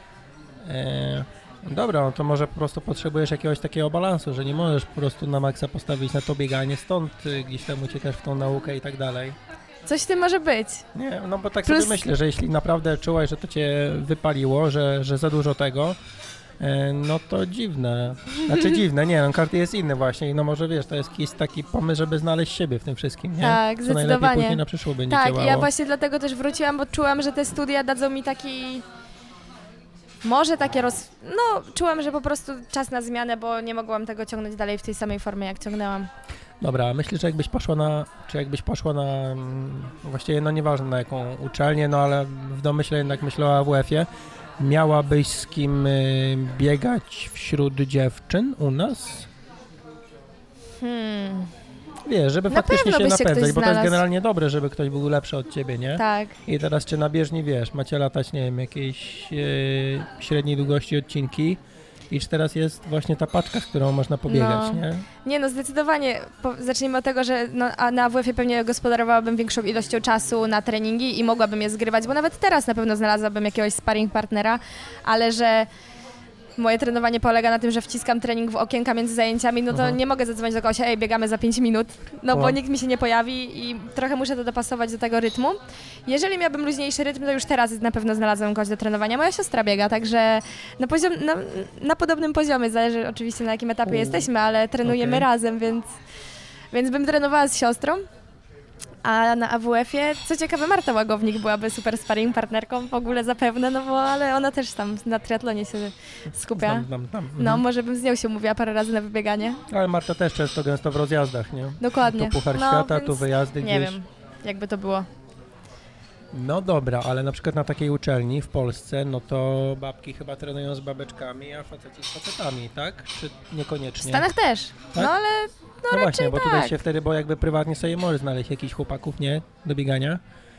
E, dobra, no to może po prostu potrzebujesz jakiegoś takiego balansu, że nie możesz po prostu na maksa postawić na to bieganie, stąd gdzieś tam uciekasz w tą naukę i tak dalej. Coś w tym może być. Nie, no bo tak Plus... sobie myślę, że jeśli naprawdę czułaś, że to cię wypaliło, że, że za dużo tego, no to dziwne. Znaczy dziwne, nie, no każdy jest inny właśnie. No może wiesz, to jest jakiś taki pomysł, żeby znaleźć siebie w tym wszystkim, nie? Tak, co zdecydowanie. najlepiej później na przyszło będzie tak, działało. Ja właśnie dlatego też wróciłam, bo czułam, że te studia dadzą mi taki... Może takie roz... No, czułam, że po prostu czas na zmianę, bo nie mogłam tego ciągnąć dalej w tej samej formie, jak ciągnęłam. Dobra, myślę, że jakbyś poszła na, czy jakbyś poszła na, właściwie no nieważne na jaką uczelnię, no ale w domyśle jednak myślę o A W F-ie, miałabyś z kim y, biegać wśród dziewczyn u nas? Hmm. Wiesz, żeby na faktycznie się, się napędzać, bo to jest generalnie dobre, żeby ktoś był lepszy od ciebie, nie? Tak. I teraz czy na bieżni, wiesz, macie latać, nie wiem, jakiejś y, średniej długości odcinki i czy teraz jest właśnie ta paczka, z którą można pobiegać, no. nie? Nie, no zdecydowanie. Po, zacznijmy od tego, że no, a na A W F-ie pewnie gospodarowałabym większą ilością czasu na treningi i mogłabym je zgrywać, bo nawet teraz na pewno znalazłabym jakiegoś sparring partnera, ale że moje trenowanie polega na tym, że wciskam trening w okienka między zajęciami, no to Mhm. nie mogę zadzwonić do kogoś, ej, biegamy za pięć minut, no bo O. nikt mi się nie pojawi i trochę muszę to dopasować do tego rytmu. Jeżeli miałbym luźniejszy rytm, to już teraz na pewno znalazłem kogoś do trenowania. Moja siostra biega, także na, poziom, na, na podobnym poziomie, zależy oczywiście na jakim etapie U. jesteśmy, ale trenujemy Okej. razem, więc, więc bym trenowała z siostrą. A na A W F-ie, co ciekawe, Marta Łagownik byłaby super sparring partnerką w ogóle zapewne, no bo ale ona też tam na triatlonie się skupia. Znam, znam, znam. Mhm. No, może bym z nią się umówiła parę razy na wybieganie. Ale Marta też często gęsto w rozjazdach, nie? Dokładnie. Tu Puchar no, Świata, więc tu wyjazdy nie gdzieś. wiem, jakby to było. No dobra, ale na przykład na takiej uczelni w Polsce, no to babki chyba trenują z babeczkami, a faceci z facetami, tak? Czy W niekoniecznie? Stanach też, Tak? no ale No raczej właśnie, bo tutaj tak. się wtedy, bo jakby prywatnie sobie możesz znaleźć jakichś chłopaków, nie? Do biegania.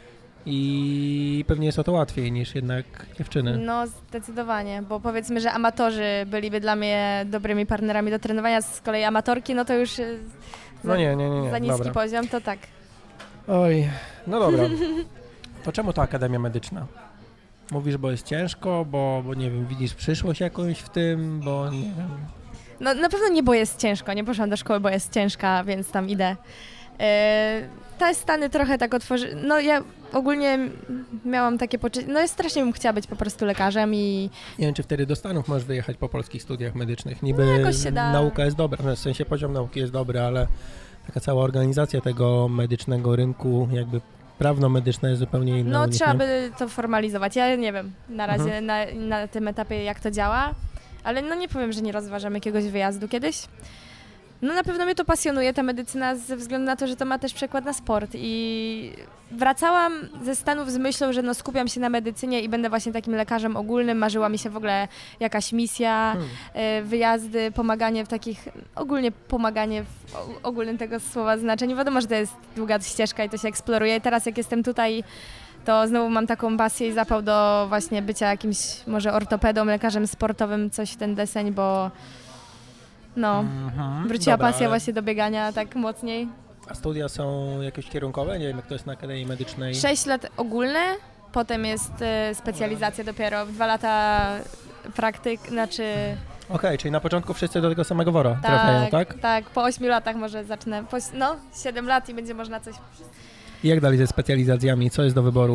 I pewnie jest o to łatwiej niż jednak dziewczyny. No zdecydowanie, bo powiedzmy, że amatorzy byliby dla mnie dobrymi partnerami do trenowania, z kolei amatorki, no to już y, za, No nie, nie, nie, nie. za niski Dobra. poziom, to tak. Oj, no dobra. To czemu ta Akademia Medyczna? Mówisz, bo jest ciężko, bo, bo nie wiem, widzisz przyszłość jakąś w tym, bo nie wiem. No na pewno nie, bo jest ciężko, nie poszłam do szkoły, bo jest ciężka, więc tam idę. E, te Stany trochę tak otworzy... No ja ogólnie miałam takie poczucie... No ja strasznie bym chciała być po prostu lekarzem i... Nie wiem, czy wtedy do Stanów możesz wyjechać po polskich studiach medycznych. Niby No, jakoś się da. nauka jest dobra, no, w sensie poziom nauki jest dobry, ale taka cała organizacja tego medycznego rynku, jakby prawno-medyczna jest zupełnie inna. No u nich, trzeba nie? by to formalizować. Ja nie wiem na razie Mhm. na, na tym etapie, jak to działa, ale no nie powiem, że nie rozważam jakiegoś wyjazdu kiedyś. No na pewno mnie to pasjonuje, ta medycyna, ze względu na to, że to ma też przekład na sport i wracałam ze Stanów z myślą, że no skupiam się na medycynie i będę właśnie takim lekarzem ogólnym, marzyła mi się w ogóle jakaś misja, Hmm. y, wyjazdy, pomaganie w takich, ogólnie pomaganie w o- ogólnym tego słowa znaczeniu. Wiadomo, że to jest długa ścieżka i to się eksploruje. Teraz jak jestem tutaj, to znowu mam taką pasję i zapał do właśnie bycia jakimś może ortopedą, lekarzem sportowym, coś w ten deseń, bo no, Mhm. wróciła Dobra, pasja ale- właśnie do biegania tak mocniej. A studia są jakieś kierunkowe? Nie wiem, jak to jest na Akademii Medycznej. Sześć lat ogólne, potem jest y, specjalizacja dopiero, dwa lata praktyk, znaczy Okej, czyli na początku wszyscy do tego samego wora trafiają, tak? tak, po ośmiu latach może zacznę, po, no, siedem lat i będzie można coś... I jak dalej ze specjalizacjami? Co jest do wyboru?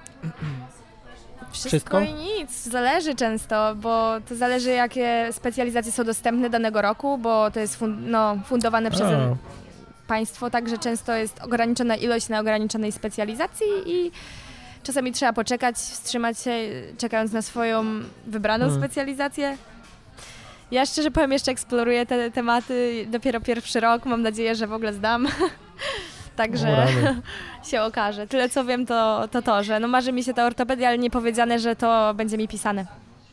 Wszystko, Wszystko? i nic, zależy często, bo to zależy jakie specjalizacje są dostępne danego roku, bo to jest fun- no, fundowane przez A, państwo, także często jest ograniczona ilość na ograniczonej specjalizacji i czasami trzeba poczekać, wstrzymać się, czekając na swoją wybraną Hmm. specjalizację. Ja szczerze powiem, jeszcze eksploruję te tematy, dopiero pierwszy rok, mam nadzieję, że w ogóle zdam. o Także rany. się okaże. Tyle co wiem to, to to, że no marzy mi się ta ortopedia, ale nie powiedziane, że to będzie mi pisane.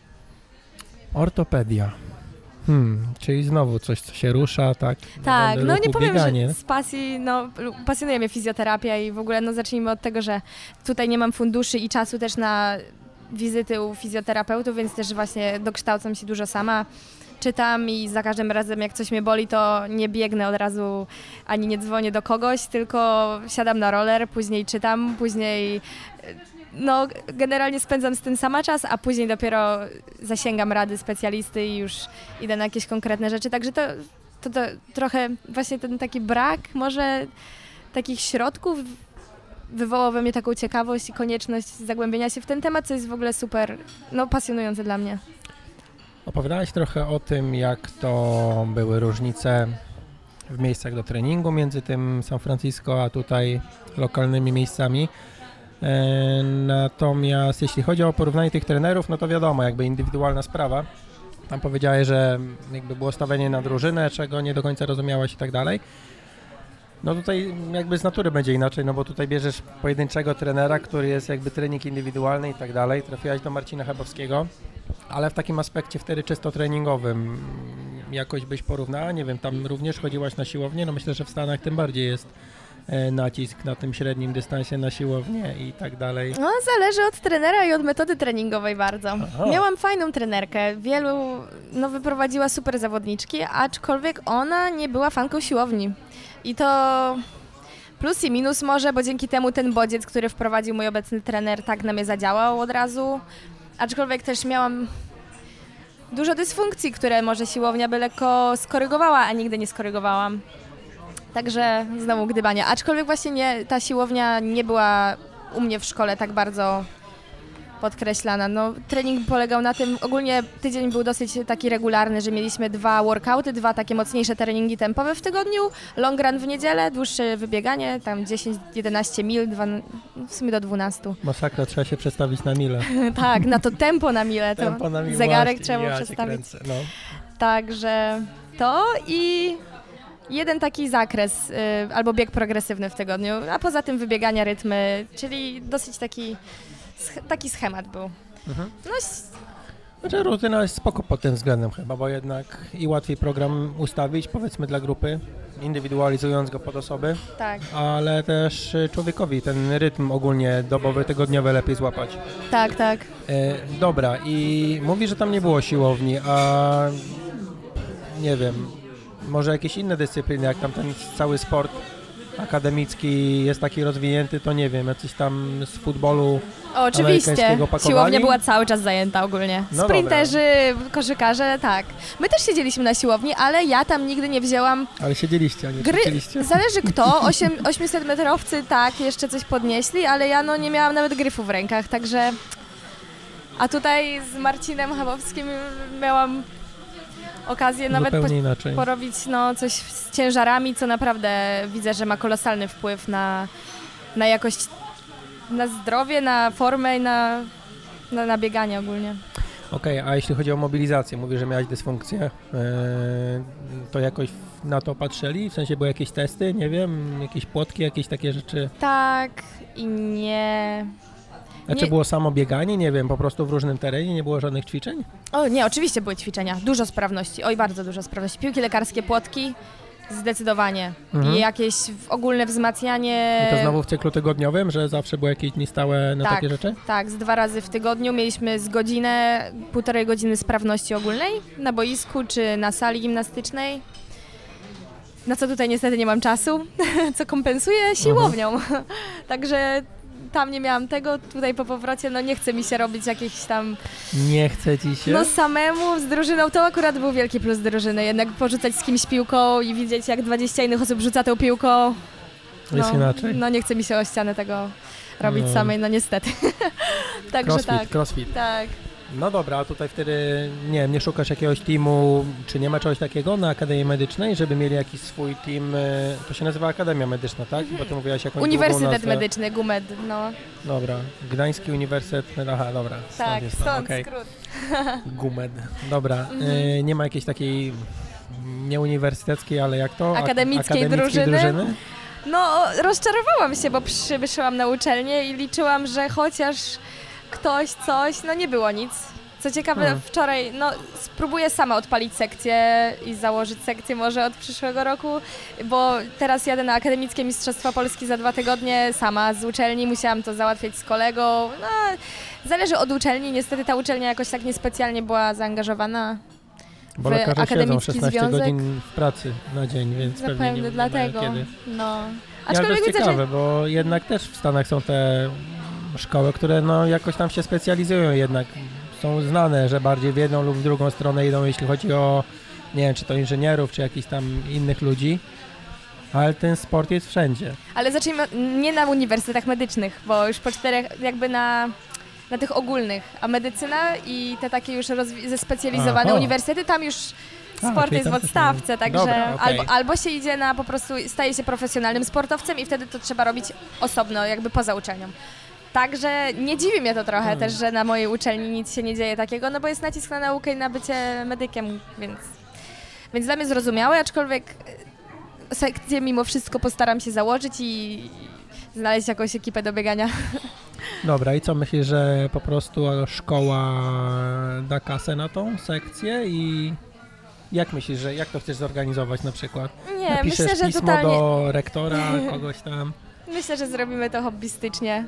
Ortopedia. Hmm, czyli znowu coś, co się rusza, tak? Tak, Będę no ruchu, nie powiem, bieganie. że z pasji, no lu- pasjonuje mnie fizjoterapia i w ogóle no zacznijmy od tego, że tutaj nie mam funduszy i czasu też na wizyty u fizjoterapeutów, więc też właśnie dokształcam się dużo sama. Czytam i za każdym razem jak coś mnie boli, to nie biegnę od razu ani nie dzwonię do kogoś, tylko siadam na roller, później czytam, później no generalnie spędzam z tym sama czas, a później dopiero zasięgam rady specjalisty i już idę na jakieś konkretne rzeczy, także to, to, to trochę właśnie ten taki brak może takich środków wywołał we mnie taką ciekawość i konieczność zagłębienia się w ten temat, co jest w ogóle super, no pasjonujące dla mnie. Opowiadałaś trochę o tym, jak to były różnice w miejscach do treningu między tym San Francisco, a tutaj lokalnymi miejscami. E, natomiast jeśli chodzi o porównanie tych trenerów, no to wiadomo, jakby indywidualna sprawa. Tam powiedziałeś, że jakby było stawianie na drużynę, czego nie do końca rozumiałaś i tak dalej. No tutaj jakby z natury będzie inaczej, no bo tutaj bierzesz pojedynczego trenera, który jest jakby trening indywidualny i tak dalej. Trafiłaś do Marcina Chabowskiego, ale w takim aspekcie wtedy czysto treningowym jakoś byś porównała? Nie wiem, tam również chodziłaś na siłownię? No myślę, że w Stanach tym bardziej jest e, nacisk na tym średnim dystansie na siłownię i tak dalej. No zależy od trenera i od metody treningowej bardzo. Aha. Miałam fajną trenerkę, wielu, no wyprowadziła super zawodniczki, aczkolwiek ona nie była fanką siłowni. I to plus i minus może, bo dzięki temu ten bodziec, który wprowadził mój obecny trener, tak na mnie zadziałał od razu. Aczkolwiek też miałam dużo dysfunkcji, które może siłownia by lekko skorygowała, a nigdy nie skorygowałam. Także znowu gdybanie. Aczkolwiek właśnie nie, ta siłownia nie była u mnie w szkole tak bardzo podkreślana. No, trening polegał na tym, ogólnie tydzień był dosyć taki regularny, że mieliśmy dwa workouty, dwa takie mocniejsze treningi tempowe w tygodniu, long run w niedzielę, dłuższe wybieganie, tam dziesięć jedenaście mil, dwa, w sumie do dwunastu. Masakra, trzeba się przestawić na milę. Tak, na to tempo na milę, to tempo na milę, zegarek właśnie, trzeba ja przestawić. kręcę, no. Także to i jeden taki zakres, y, albo bieg progresywny w tygodniu, a poza tym wybiegania rytmy, czyli dosyć taki Taki schemat był. Mhm. No, s- Znaczy rutyna jest spoko pod tym względem chyba, bo jednak i łatwiej program ustawić, powiedzmy dla grupy, indywidualizując go pod osoby, tak, ale też y, człowiekowi ten rytm ogólnie dobowy, tygodniowy lepiej złapać. tak, tak. E, dobra, i mówi, że tam nie było siłowni, a nie wiem, może jakieś inne dyscypliny, jak tam ten cały sport akademicki jest taki rozwinięty, to nie wiem, jacyś tam z futbolu O, oczywiście, amerykańskiego pakowali? siłownia była cały czas zajęta ogólnie. No Sprinterzy, koszykarze, tak. My też siedzieliśmy na siłowni, ale ja tam nigdy nie wzięłam Ale siedzieliście, a nie gry. ćwiczyliście? Zależy kto, osiem, ośmioset metrowcy tak, jeszcze coś podnieśli, ale ja no nie miałam nawet gryfu w rękach, także... A tutaj z Marcinem Chabowskim miałam okazję nawet po, Zupełnie inaczej. porobić no, coś z ciężarami, co naprawdę widzę, że ma kolosalny wpływ na, na jakość, na zdrowie, na formę i na, na, na bieganie ogólnie. Okej, okay, a jeśli chodzi o mobilizację, mówisz, że miałaś dysfunkcję, yy, to jakoś na to patrzyli? W sensie były jakieś testy, nie wiem, jakieś płotki, jakieś takie rzeczy? Tak i nie... A czy Nie- było samo bieganie, nie wiem, po prostu w różnym terenie, nie było żadnych ćwiczeń? O nie, oczywiście były ćwiczenia, dużo sprawności, oj bardzo dużo sprawności. Piłki lekarskie, płotki, zdecydowanie. Mhm. I jakieś w- ogólne wzmacnianie... I to znowu w cyklu tygodniowym, że zawsze były jakieś dni stałe na tak, takie rzeczy? Tak, z dwa razy w tygodniu mieliśmy z godzinę, półtorej godziny sprawności ogólnej na boisku czy na sali gimnastycznej. Na co tutaj niestety nie mam czasu, co kompensuję siłownią. Także tam nie miałam tego, tutaj po powrocie no nie chce mi się robić jakichś tam... Nie chce ci się? No samemu z drużyną to akurat był wielki plus drużyny, jednak porzucać z kimś piłką i widzieć jak dwadzieścia innych osób rzuca tą piłką. Jest inaczej? No nie chce mi się o ścianę tego robić No. samej, no niestety. Także Crossfit, tak. crossfit. Tak. No dobra, a tutaj wtedy, nie wiem, nie szukasz jakiegoś teamu, czy nie ma czegoś takiego na Akademii Medycznej, żeby mieli jakiś swój team, y, to się nazywa Akademia Medyczna, tak? Bo ty mówiłaś jakąś drugą Uniwersytet nazwę. Medyczny, GUMED, no. Dobra, Gdański Uniwersytet, aha, dobra. Stąd Tak, jest to, stąd okej. skrót. GUMED, dobra. Y, nie ma jakiejś takiej, nie uniwersyteckiej, ale jak to? Ak- Akademickiej drużyny? drużyny? No, rozczarowałam się, bo przybyszłam na uczelnię i liczyłam, że chociaż ktoś coś, no nie było nic. Co ciekawe, Hmm. wczoraj, no spróbuję sama odpalić sekcję i założyć sekcję może od przyszłego roku, bo teraz jadę na Akademickie Mistrzostwa Polski za dwa tygodnie sama z uczelni, musiałam to załatwiać z kolegą, no zależy od uczelni, niestety ta uczelnia jakoś tak niespecjalnie była zaangażowana. Bo w lekarze siedzą akademicki szesnaście związek. godzin w pracy na dzień, więc pewnie nie, Zapewne nie dlatego, mają kiedy. no. Ja, to Aczkolwiek jest widzę, ciekawe, że... bo jednak też w Stanach są te szkoły, które no jakoś tam się specjalizują jednak. Są znane, że bardziej w jedną lub w drugą stronę idą, jeśli chodzi o, nie wiem, czy to inżynierów, czy jakichś tam innych ludzi, ale ten sport jest wszędzie. Ale zacznijmy nie na uniwersytetach medycznych, bo już po czterech jakby na, na tych ogólnych, a medycyna i te takie już rozwi- zespecjalizowane Aha. uniwersytety, tam już A, sport czyli jest w tam też odstawce, nie- także Dobra, okej. albo, albo się idzie na po prostu, staje się profesjonalnym sportowcem i wtedy to trzeba robić osobno, jakby poza uczelnią. Także nie dziwi mnie to trochę Hmm. też, że na mojej uczelni nic się nie dzieje takiego, no bo jest nacisk na naukę i na bycie medykiem, więc, więc dla mnie zrozumiałe, aczkolwiek e, sekcję mimo wszystko postaram się założyć i znaleźć jakąś ekipę do biegania. Dobra, i co myślisz, że po prostu szkoła da kasę na tą sekcję i jak myślisz, że jak to chcesz zorganizować na przykład? Nie, Napiszesz myślę, że pismo totalnie, do rektora, kogoś tam. myślę, że zrobimy to hobbystycznie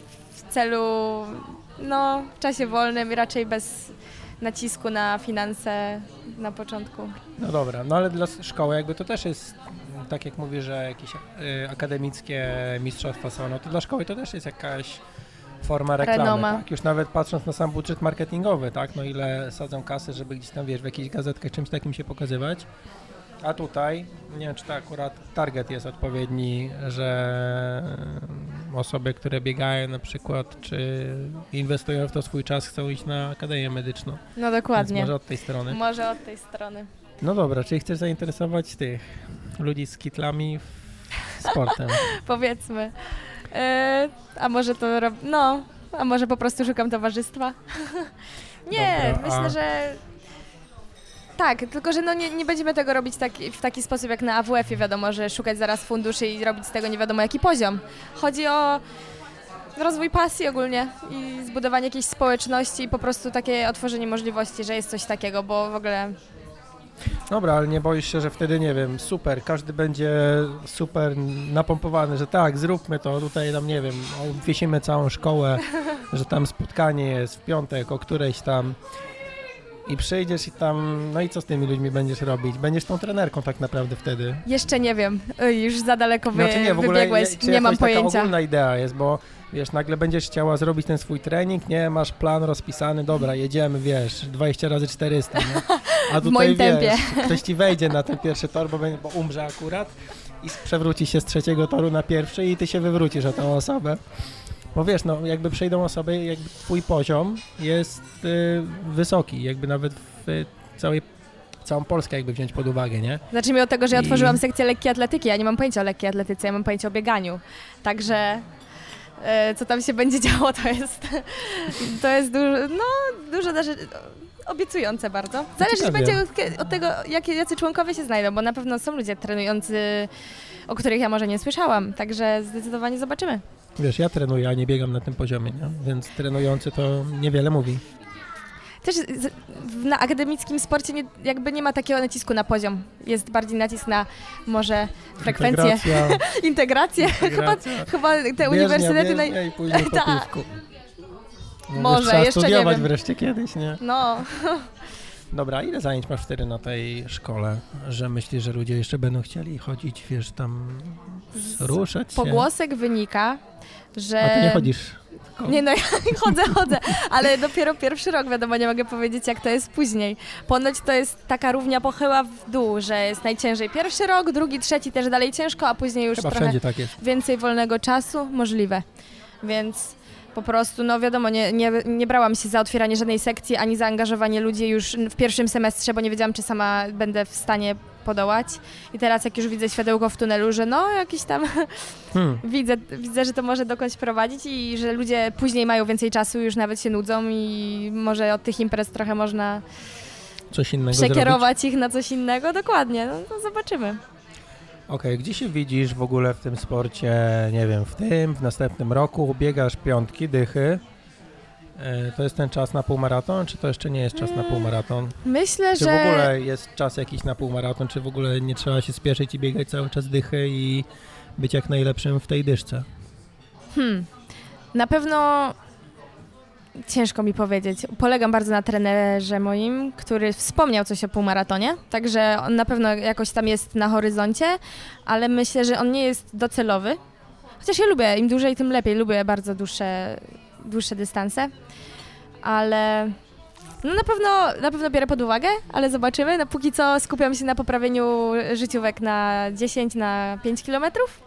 w celu, no, w czasie wolnym i raczej bez nacisku na finanse na początku. No dobra, no ale dla szkoły jakby to też jest, tak jak mówię, że jakieś y, akademickie mistrzostwa są, no to dla szkoły to też jest jakaś forma reklamy, Renoma. tak? Już nawet patrząc na sam budżet marketingowy, tak? No ile sadzą kasy, żeby gdzieś tam, wiesz, w jakichś gazetkach czymś takim się pokazywać. A tutaj, nie wiem, czy to akurat target jest odpowiedni, że osoby, które biegają na przykład, czy inwestują w to swój czas, chcą iść na akademię medyczną. No dokładnie. Więc może od tej strony. Może od tej strony. No dobra, czyli chcesz zainteresować tych ludzi z kitlami sportem? Powiedzmy. E, a może to rob... No, a może po prostu szukam towarzystwa? Nie, Dobra, myślę, a- że... Tak, tylko że no nie, nie będziemy tego robić taki, w taki sposób jak na A W F-ie, wiadomo, że szukać zaraz funduszy i robić z tego nie wiadomo jaki poziom. Chodzi o rozwój pasji ogólnie i zbudowanie jakiejś społeczności i po prostu takie otworzenie możliwości, że jest coś takiego, bo w ogóle... Dobra, ale nie boisz się, że wtedy, nie wiem, super, każdy będzie super napompowany, że tak, zróbmy to, tutaj tam, nie wiem, obwiesimy całą szkołę, że tam spotkanie jest w piątek o którejś tam i przyjdziesz i tam, no i co z tymi ludźmi będziesz robić? Będziesz tą trenerką tak naprawdę wtedy. Jeszcze nie wiem, Oj, już za daleko wy, Znaczy nie, w ogóle wybiegłeś, czy nie mam jakaś taka pojęcia. ogólna idea jest, bo wiesz, nagle będziesz chciała zrobić ten swój trening, nie, masz plan rozpisany, dobra, jedziemy, wiesz, dwadzieścia razy czterysta, nie? A tutaj, moim wiesz, tempie. ktoś ci wejdzie na ten pierwszy tor, bo, będzie- bo umrze akurat i przewróci się z trzeciego toru na pierwszy i ty się wywrócisz o tą osobę. Bo wiesz, no jakby przejdą osoby, jakby twój poziom jest y, wysoki, jakby nawet w y, całej, całą Polskę jakby wziąć pod uwagę, nie? Zacznijmy od tego, że ja I- otworzyłam sekcję lekkiej atletyki, ja nie mam pojęcia o lekkiej atletyce, ja mam pojęcie o bieganiu. Także e, co tam się będzie działo, to jest, to jest dużo, no dużo też obiecujące bardzo. Zależy ciekawie. będzie od, od tego, jakie, jacy członkowie się znajdą, bo na pewno są ludzie trenujący, o których ja może nie słyszałam, także zdecydowanie zobaczymy. Wiesz, ja trenuję, a nie biegam na tym poziomie, nie? Więc trenujący to niewiele mówi. Też z, w- na akademickim sporcie nie, jakby nie ma takiego nacisku na poziom. Jest bardziej nacisk na może frekwencję, Integracja, integrację. Chyba, integracja. chyba te Bieżnia, uniwersytety... naj- bieżnia i później po Tak. piwku. No, Może, wiesz, trzeba jeszcze nie studiować wiem. wreszcie kiedyś, nie? No, Dobra, ile zajęć masz wtedy na tej szkole, że myślisz, że ludzie jeszcze będą chcieli chodzić, wiesz, tam ruszać się? pogłosek wynika, że... A ty nie chodzisz. Tylko... Nie no, ja chodzę, chodzę, ale dopiero pierwszy rok, wiadomo, nie mogę powiedzieć jak to jest później. Ponoć to jest taka równia pochyła w dół, że jest najciężej pierwszy rok, drugi, trzeci też dalej ciężko, a później już Chyba trochę wszędzie tak jest. więcej wolnego czasu, możliwe. Więc po prostu, no wiadomo, nie, nie, nie brałam się za otwieranie żadnej sekcji, ani zaangażowanie ludzi już w pierwszym semestrze, bo nie wiedziałam, czy sama będę w stanie podołać. I teraz jak już widzę światełko w tunelu, że no jakiś tam Hmm. widzę, widzę, że to może dokądś prowadzić i że ludzie później mają więcej czasu, już nawet się nudzą i może od tych imprez trochę można Coś innego zrobić. przekierować ich na coś innego. Dokładnie, no, no zobaczymy. Okej, gdzie się widzisz w ogóle w tym sporcie, nie wiem, w tym, w następnym roku, biegasz piątki, dychy, e, to jest ten czas na półmaraton, czy to jeszcze nie jest czas na półmaraton? Myślę, Czy że... w ogóle jest czas jakiś na półmaraton, czy w ogóle nie trzeba się spieszyć i biegać cały czas dychy i być jak najlepszym w tej dyszce? Hmm. Na pewno ciężko mi powiedzieć. Polegam bardzo na trenerze moim, który wspomniał coś o półmaratonie, także on na pewno jakoś tam jest na horyzoncie, ale myślę, że on nie jest docelowy. Chociaż ja lubię, im dłużej, tym lepiej. Lubię bardzo dłuższe, dłuższe dystanse, ale no na pewno, na pewno biorę pod uwagę, ale zobaczymy. No póki co skupiam się na poprawieniu życiówek na dziesięć, na pięć kilometrów.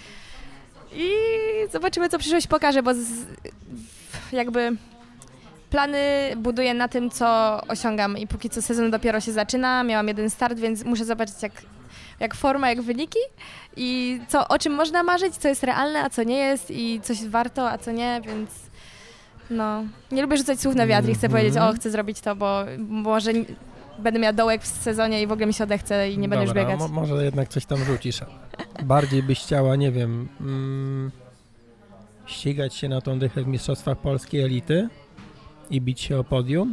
I zobaczymy, co przyszłość pokaże, bo z, jakby plany buduję na tym, co osiągam i póki co sezon dopiero się zaczyna, miałam jeden start, więc muszę zobaczyć jak, jak forma, jak wyniki i co, o czym można marzyć, co jest realne, a co nie jest i coś warto, a co nie, więc no, nie lubię rzucać słów na wiatr i chcę Mhm. powiedzieć, o chcę zrobić to, bo może n- będę miała dołek w sezonie i w ogóle mi się odechce i nie będę już Dobra, biegać. mo- może jednak coś tam rzucisz. Bardziej byś chciała, nie wiem, mm, ścigać się na tą dychę w Mistrzostwach Polskiej Elity i bić się o podium?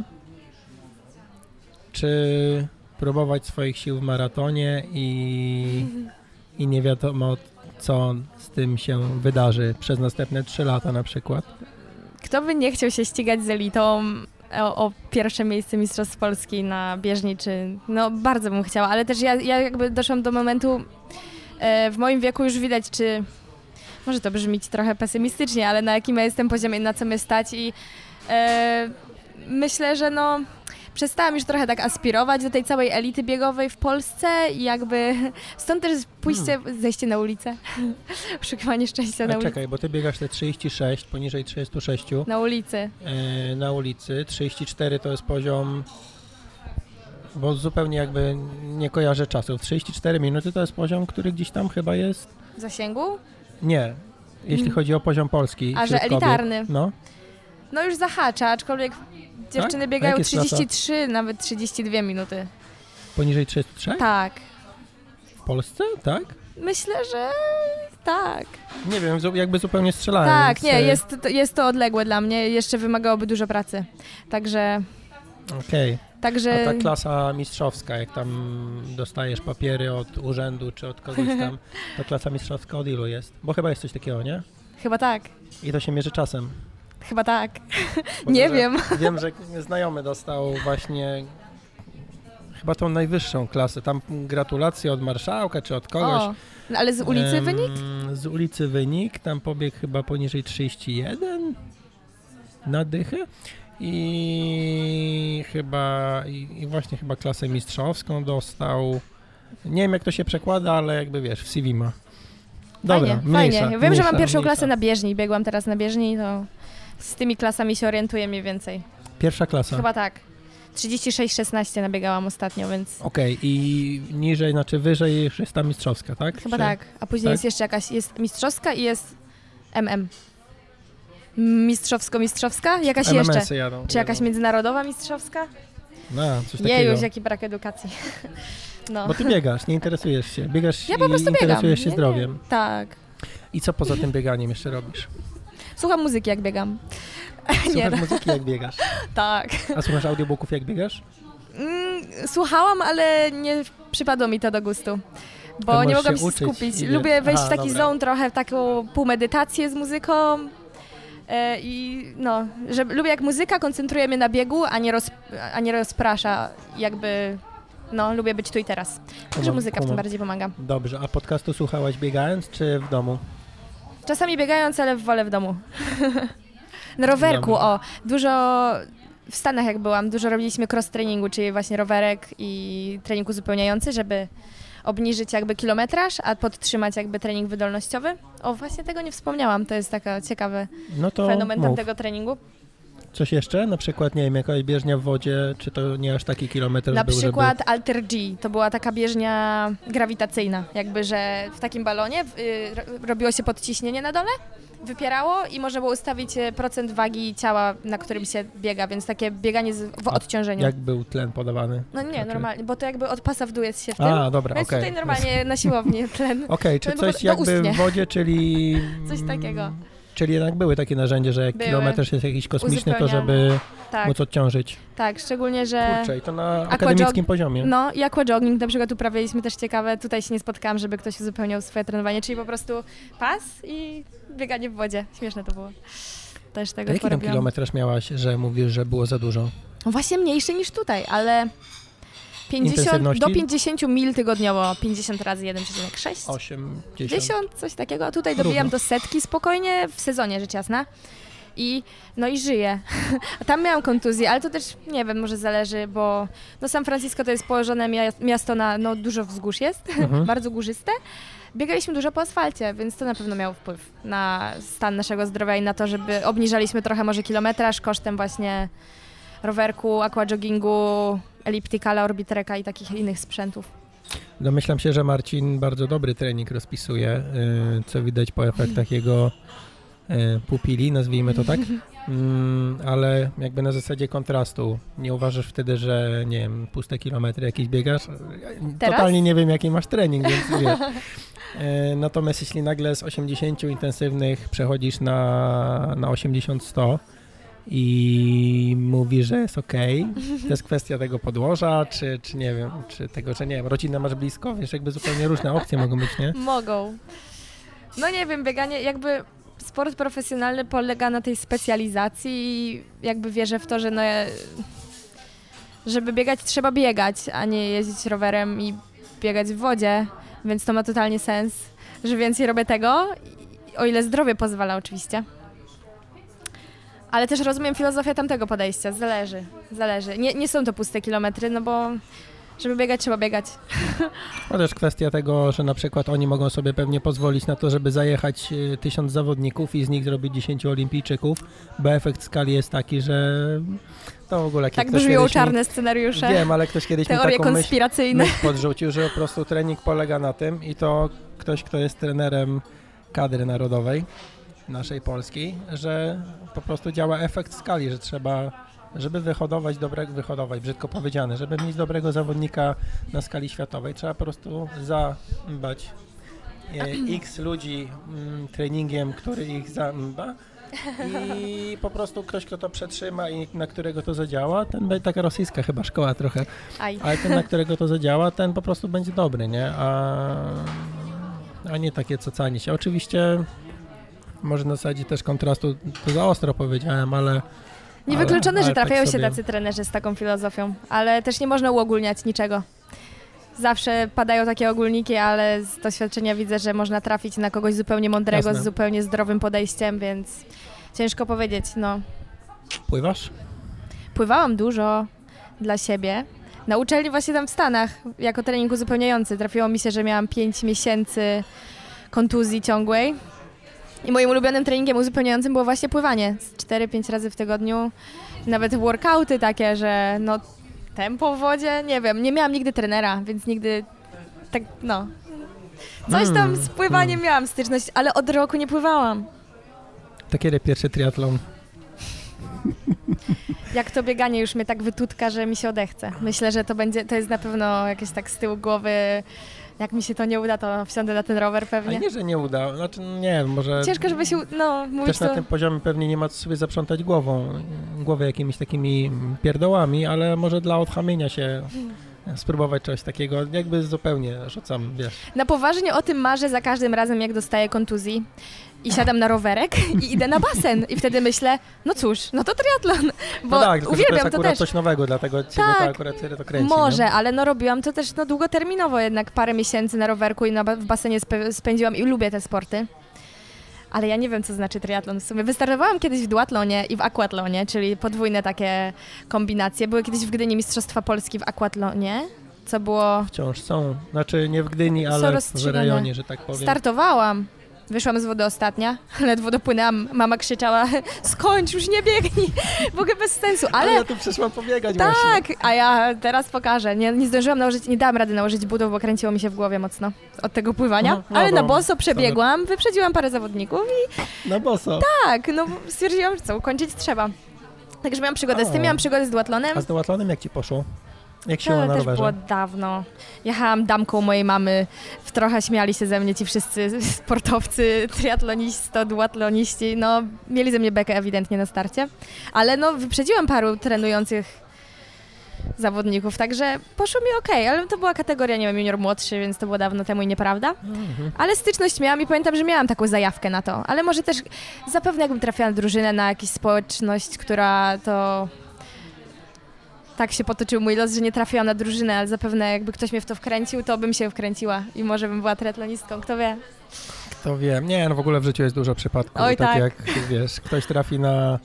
Czy próbować swoich sił w maratonie i, i nie wiadomo, co z tym się wydarzy przez następne trzy lata na przykład? Kto by nie chciał się ścigać z elitą o, o pierwsze miejsce Mistrzostw Polski na bieżni, czy no bardzo bym chciała, ale też ja, ja jakby doszłam do momentu, e, w moim wieku już widać, czy może to brzmieć trochę pesymistycznie, ale na jakim ja jestem poziomie, na co mnie stać i e, myślę, że no przestałam już trochę tak aspirować do tej całej elity biegowej w Polsce i jakby stąd też pójście, hmm. zejście na ulicę, poszukiwanie szczęścia na A ulicy. czekaj, bo ty biegasz te trzydzieści sześć, poniżej trzydzieści sześć. Na ulicy. E, na ulicy, trzydzieści cztery to jest poziom, bo zupełnie jakby nie kojarzę czasów. trzydzieści cztery minuty to jest poziom, który gdzieś tam chyba jest... W zasięgu? Nie, jeśli chodzi o poziom polski. A, że elitarny. Kobiet. No. No już zahacza, aczkolwiek dziewczyny tak? biegają trzydzieści trzy, nawet trzydzieści dwie minuty. Poniżej trzydziestu trzech? Tak. W Polsce? Tak? Myślę, że tak. Nie wiem, jakby zupełnie strzelałem. Tak, więc... nie, jest, jest to odległe dla mnie, jeszcze wymagałoby dużo pracy. Także... Okej. Okay. Także... A ta klasa mistrzowska, jak tam dostajesz papiery od urzędu czy od kogoś tam, to klasa mistrzowska od ilu jest? Bo chyba jest coś takiego, nie? Chyba tak. I to się mierzy czasem. Chyba tak. Bo nie że, wiem. Wiem, że znajomy dostał właśnie chyba tą najwyższą klasę. Tam gratulacje od marszałka czy od kogoś. O, no ale z ulicy ehm, wynik? Z ulicy wynik. Tam pobiegł chyba poniżej trzydzieści jeden na dychę. I chyba, i, i właśnie chyba klasę mistrzowską dostał. Nie wiem, jak to się przekłada, ale jakby wiesz, w C V ma. Dobra, fajnie, mniejsza, fajnie. Wiem, mniejsza, że mam pierwszą mniejsza. klasę na bieżni. Biegłam teraz na bieżni, to z tymi klasami się orientuję mniej więcej. Pierwsza klasa? Chyba tak. trzydzieści sześć szesnaście nabiegałam ostatnio, więc... Okej, okay. I niżej, znaczy wyżej już jest ta mistrzowska, tak? Chyba Czy... tak, a później tak? jest jeszcze jakaś, jest mistrzowska i jest M M. Mistrzowsko-mistrzowska? Jakaś M M S-y jeszcze? jadą, Czy jakaś jadą. międzynarodowa mistrzowska? No, coś takiego. Nie, już jaki brak edukacji. No. Bo ty biegasz, nie interesujesz się. Biegasz Ja po prostu i interesujesz biegam. się nie, zdrowiem. Nie. Tak. I co poza tym bieganiem jeszcze robisz? Słucham muzyki, jak biegam. Słuchasz nie, no. muzyki, jak biegasz? Tak. A słuchasz audiobooków, jak biegasz? Mm, słuchałam, ale nie przypadło mi to do gustu. Bo To nie możesz mogłam się się uczyć skupić. i- Lubię wejść Aha, w taki dobra. zone trochę, w taką półmedytację z muzyką. E, I no, że lubię jak muzyka koncentruje mnie na biegu, a nie, roz, a nie rozprasza. Jakby, no, lubię być tu i teraz. Także Kumam, muzyka w tym kumam. bardziej pomaga. Dobrze, a podcastu słuchałaś biegając czy w domu? Czasami biegając, ale wolę w domu. Na rowerku, Dobra. o. Dużo w Stanach jak byłam, dużo robiliśmy cross treningu, czyli właśnie rowerek i trening uzupełniający, żeby obniżyć jakby kilometraż, a podtrzymać jakby trening wydolnościowy. O, właśnie tego nie wspomniałam, to jest taka ciekawy No to fenomen mów. tamtego treningu. Coś jeszcze? Na przykład, nie wiem, jakaś bieżnia w wodzie, czy to nie aż taki kilometr Na był, przykład żeby... Alter G, to była taka bieżnia grawitacyjna, jakby, że w takim balonie y, ro- robiło się podciśnienie na dole, wypierało i można było ustawić y, procent wagi ciała, na którym się biega, więc takie bieganie z, w A odciążeniu. Jak był tlen podawany? No nie, Znaczy- normalnie, bo to jakby od pasa w dół jest się w tym, A, dobra, więc okej. tutaj normalnie na siłowni tlen. Okej, czy To coś do jakby ustnie. w wodzie, czyli... Coś takiego. Czyli jednak były takie narzędzia, że jak Były. kilometr jest jakiś kosmiczny, to Uzupełniamy. żeby Tak, móc odciążyć. tak, szczególnie, że... Kurczę, i to na aquajog- akademickim poziomie. No i aquajogging na przykład uprawialiśmy też ciekawe, tutaj się nie spotkałam, żeby ktoś uzupełniał swoje trenowanie, czyli po prostu pas i bieganie w wodzie. Śmieszne to było. Też A tego jaki tam porobiłam. kilometraż miałaś, że mówisz, że było za dużo? No właśnie mniejszy niż tutaj, ale pięćdziesiąt Intensywności? do pięćdziesięciu mil tygodniowo, pięćdziesiąt razy jeden przecinek sześć. osiem, dziesięć. dziesięć, coś takiego. A tutaj dobijam Równo. do setki spokojnie w sezonie, rzecz jasna. I no i żyję. A tam miałam kontuzję, ale to też nie wiem, może zależy, bo no San Francisco to jest położone mia- miasto na, no dużo wzgórz jest, Mhm. bardzo górzyste. Biegaliśmy dużo po asfalcie, więc to na pewno miało wpływ na stan naszego zdrowia i na to, żeby obniżaliśmy trochę może kilometraż kosztem właśnie rowerku, aquajoggingu, ellipticala, orbitreka i takich innych sprzętów. Domyślam się, że Marcin bardzo dobry trening rozpisuje, y, co widać po efektach jego y, pupili, nazwijmy to tak, mm, ale jakby na zasadzie kontrastu. Nie uważasz wtedy, że nie wiem, puste kilometry jakieś biegasz? Teraz? Totalnie nie wiem, jaki masz trening, więc wiesz. Y, natomiast jeśli nagle z osiemdziesięciu intensywnych przechodzisz na, na osiemdziesiąt sto i mówi, że jest okej. To jest kwestia tego podłoża, czy, czy nie wiem, czy tego, że nie wiem, rodzinę masz blisko, wiesz, jakby zupełnie różne opcje mogą być, nie? Mogą. No nie wiem, bieganie, jakby sport profesjonalny polega na tej specjalizacji i jakby wierzę w to, że no, żeby biegać trzeba biegać, a nie jeździć rowerem i biegać w wodzie, więc to ma totalnie sens, że więcej robię tego, o ile zdrowie pozwala oczywiście. Ale też rozumiem filozofię tamtego podejścia, zależy, zależy. Nie, nie są to puste kilometry, no bo żeby biegać, trzeba biegać. To też kwestia tego, że na przykład oni mogą sobie pewnie pozwolić na to, żeby zajechać tysiąc zawodników i z nich zrobić dziesięciu olimpijczyków, bo efekt skali jest taki, że to w ogóle... Tak brzmią czarne mi, scenariusze. Wiem, ale ktoś kiedyś Teorie mi taką konspiracyjne. myśl, myśl podrzucił, że po prostu trening polega na tym i to ktoś, kto jest trenerem kadry narodowej naszej polskiej, że po prostu działa efekt skali, że trzeba, żeby wyhodować dobrego, wyhodować, brzydko powiedziane, żeby mieć dobrego zawodnika na skali światowej, trzeba po prostu zadbać e, x ludzi m, treningiem, który ich zadba i po prostu ktoś, kto to przetrzyma i na którego to zadziała, ten będzie taka rosyjska chyba szkoła trochę, Aj. ale ten, na którego to zadziała, ten po prostu będzie dobry, nie? A, a nie takie cocanie się. Oczywiście może na zasadzie też kontrastu, to za ostro powiedziałem, ale... Niewykluczone, ale, że trafiają tak się sobie. tacy trenerzy z taką filozofią, ale też nie można uogólniać niczego. Zawsze padają takie ogólniki, ale z doświadczenia widzę, że można trafić na kogoś zupełnie mądrego, Jasne. z zupełnie zdrowym podejściem, więc ciężko powiedzieć, no. Pływasz? Pływałam dużo dla siebie. Na uczelni właśnie tam w Stanach, jako trening uzupełniający. Trafiło mi się, że miałam pięć miesięcy kontuzji ciągłej. I moim ulubionym treningiem uzupełniającym było właśnie pływanie. cztery pięć razy w tygodniu. Nawet workouty takie, że no tempo w wodzie, nie wiem. Nie miałam nigdy trenera, więc nigdy tak, no. Coś tam z pływaniem miałam styczność, ale od roku nie pływałam. To kiedy pierwszy triatlon? Jak to bieganie już mnie tak wytutka, że mi się odechce. Myślę, że to będzie, to jest na pewno jakieś tak z tyłu głowy. Jak mi się to nie uda, to wsiądę na ten rower pewnie. A nie, że nie uda. Znaczy, nie wiem, może... Ciężko, żeby się, no, mówić Też na to... tym poziomie pewnie nie ma co sobie zaprzątać głową, głowę jakimiś takimi pierdołami, ale może dla odchamienia się spróbować czegoś takiego. Jakby zupełnie rzucam, wiesz. Na poważnie o tym marzę za każdym razem, jak dostaję kontuzji i siadam na rowerek i idę na basen. I wtedy myślę, no cóż, no to triatlon, bo no tak, tylko, uwielbiam to jest to akurat też. coś nowego, dlatego ciebie Tak, to akurat ciebie to kręci. Może, nie? ale no robiłam to też no, długoterminowo jednak, parę miesięcy na rowerku i na, w basenie spe, spędziłam i lubię te sporty. Ale ja nie wiem, co znaczy triatlon w sumie. Wystartowałam kiedyś w duatlonie i w aquatlonie, czyli podwójne takie kombinacje. Były kiedyś w Gdyni Mistrzostwa Polski w aquatlonie, co było... Wciąż są. Znaczy nie w Gdyni, Są ale w rozstrzygane. rejonie, że tak powiem. Startowałam. Wyszłam z wody ostatnia, ledwo dopłynęłam, mama krzyczała, skończ, już nie biegnij, w ogóle bez sensu, ale... Ale ja tu przyszłam pobiegać tak, właśnie. a ja teraz pokażę, nie, nie zdążyłam nałożyć, nie dałam rady nałożyć butów, bo kręciło mi się w głowie mocno od tego pływania, Aha, no ale bo- na boso przebiegłam, wyprzedziłam parę zawodników i Na boso. tak, no stwierdziłam, że co, ukończyć trzeba. Także miałam przygodę z tym, O. miałam przygodę z duatlonem. A z duatlonem jak ci poszło? Jak siła To na też rowerze? było dawno. Jechałam damką mojej mamy, w trochę śmiali się ze mnie ci wszyscy sportowcy, triatloniści, duatloniści, no mieli ze mnie bekę ewidentnie na starcie, ale no wyprzedziłam paru trenujących zawodników, także poszło mi okej, ale to była kategoria, nie wiem, junior młodszy, więc to było dawno temu i nieprawda, Mhm. ale styczność miałam i pamiętam, że miałam taką zajawkę na to, ale może też zapewne jakbym trafiła na drużynę, na jakąś społeczność, która to... Tak się potoczył mój los, że nie trafiłam na drużynę, ale zapewne jakby ktoś mnie w to wkręcił, to bym się wkręciła i może bym była triatlonistką, kto wie. To wiem. Nie, no w ogóle w życiu jest dużo przypadków. Oj, tak, tak. jak, wiesz, ktoś trafi na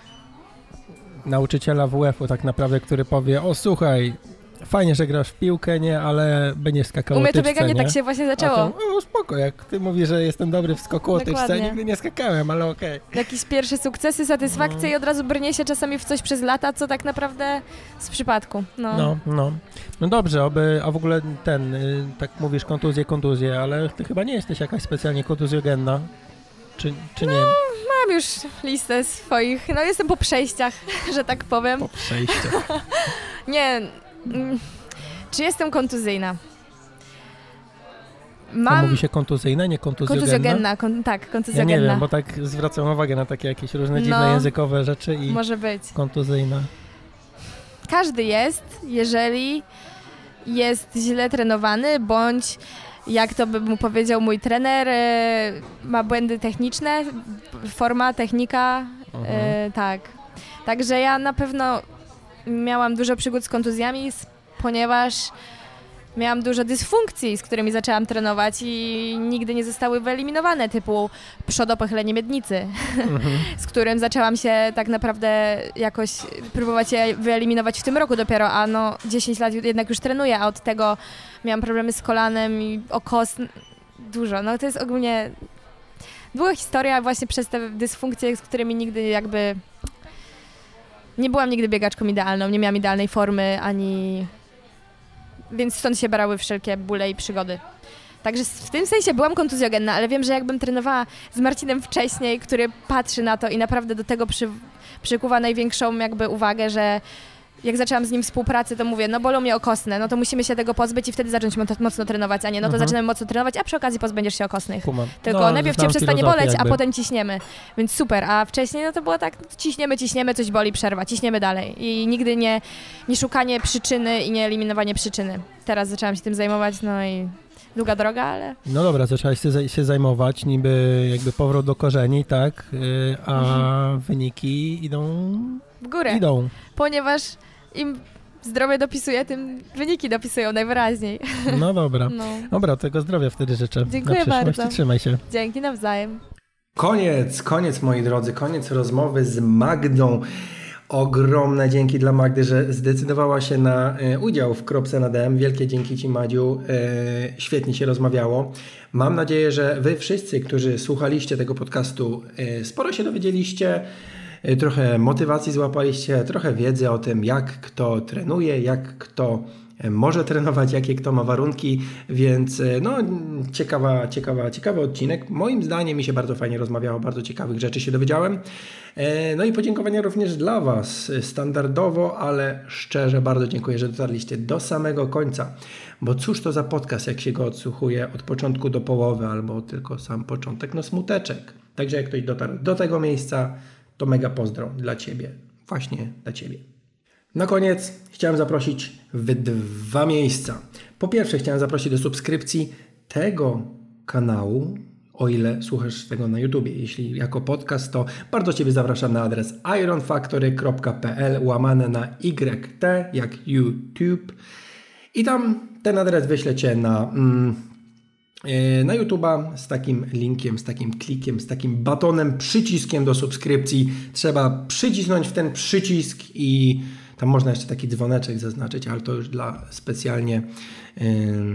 nauczyciela W F-u tak naprawdę, który powie, o słuchaj, fajnie, że grasz w piłkę, nie, ale będziesz skakał U o mnie to tyczce, bieganie nie? tak się właśnie A zaczęło. to, o spoko, jak ty mówisz, że jestem dobry w skoku o tyczce, Dokładnie. nigdy nie skakałem, ale okej. Jakieś pierwsze sukcesy, satysfakcje i od razu brnie się czasami w coś przez lata, co tak naprawdę z przypadku. No. No, no. No dobrze, oby, a w ogóle ten, y, tak mówisz kontuzje, kontuzje, ale ty chyba nie jesteś jakaś specjalnie kontuzjogenna, czy, czy nie? Mam już listę swoich, no jestem po przejściach, że tak powiem. Po przejściu. Nie, mm, czy jestem kontuzyjna? A Mam mówi się kontuzyjna, nie kontuzjogenna? kontuzjogenna, kon, tak, Ja kontuzjogenna. nie wiem, bo tak zwracam uwagę na takie jakieś różne dziwne No. językowe rzeczy i Może być. kontuzyjna. Każdy jest, jeżeli jest źle trenowany, bądź jak to by mu powiedział mój trener, e, ma błędy techniczne, forma, technika, e, tak. Także ja na pewno miałam dużo przygód z kontuzjami, s- ponieważ miałam dużo dysfunkcji, z którymi zaczęłam trenować i nigdy nie zostały wyeliminowane, typu przodopochylenie miednicy, mhm. z którym zaczęłam się tak naprawdę jakoś próbować je wyeliminować w tym roku dopiero, a no dziesięć lat jednak już trenuję, a od tego miałam problemy z kolanem i o kos, dużo. No to jest ogólnie długa historia właśnie przez te dysfunkcje, z którymi nigdy jakby... Nie byłam nigdy biegaczką idealną, nie miałam idealnej formy, ani... Więc stąd się brały wszelkie bóle i przygody. Także w tym sensie byłam kontuzjogenna, ale wiem, że jakbym trenowała z Marcinem wcześniej, który patrzy na to i naprawdę do tego przy, przykuwa największą jakby uwagę, że jak zaczęłam z nim współpracę, to mówię, no bolą mnie okosne, no to musimy się tego pozbyć i wtedy zacząć mocno trenować, a nie, no to mhm. zaczynamy mocno trenować, a przy okazji pozbędziesz się okosnych. Kumam. Tylko no, najpierw cię przestanie boleć, jakby. A potem ciśniemy. Więc super, a wcześniej no to było tak, ciśniemy, ciśniemy, coś boli, przerwa, ciśniemy dalej. I nigdy nie, nie szukanie przyczyny i nie eliminowanie przyczyny. Teraz zaczęłam się tym zajmować, no i długa droga, ale... No dobra, zaczęłaś się, się zajmować, niby jakby powrót do korzeni, tak, yy, a mhm. wyniki idą... W górę. Idą. Ponieważ im zdrowie dopisuje, tym wyniki dopisują najwyraźniej. No dobra. No. Dobra, tego zdrowia wtedy życzę. Dziękuję bardzo. Trzymaj się. Dzięki, nawzajem. Koniec, koniec moi drodzy, koniec rozmowy z Magdą. Ogromne dzięki dla Magdy, że zdecydowała się na y, udział w Kropce na D M. Wielkie dzięki Ci, Madziu. Y, świetnie się rozmawiało. Mam nadzieję, że Wy wszyscy, którzy słuchaliście tego podcastu, y, sporo się dowiedzieliście, y, trochę motywacji złapaliście, trochę wiedzy o tym, jak kto trenuje, jak kto może trenować, jakie kto ma warunki, więc no ciekawa, ciekawa, ciekawy odcinek. Moim zdaniem mi się bardzo fajnie rozmawiało, bardzo ciekawych rzeczy się dowiedziałem. No i podziękowania również dla Was. Standardowo, ale szczerze bardzo dziękuję, że dotarliście do samego końca, bo cóż to za podcast, jak się go odsłuchuje od początku do połowy, albo tylko sam początek, no smuteczek. Także jak ktoś dotarł do tego miejsca, to mega pozdro dla Ciebie, właśnie dla Ciebie. Na koniec chciałem zaprosić w dwa miejsca. Po pierwsze chciałem zaprosić do subskrypcji tego kanału, o ile słuchasz tego na YouTubie. Jeśli jako podcast, to bardzo Ciebie zapraszam na adres ironfactory kropka p l łamane na Y T jak YouTube i tam ten adres wyślę Cię na, mm, na YouTube'a z takim linkiem, z takim klikiem, z takim batonem, przyciskiem do subskrypcji. Trzeba przycisnąć w ten przycisk i tam można jeszcze taki dzwoneczek zaznaczyć, ale to już dla specjalnie yy,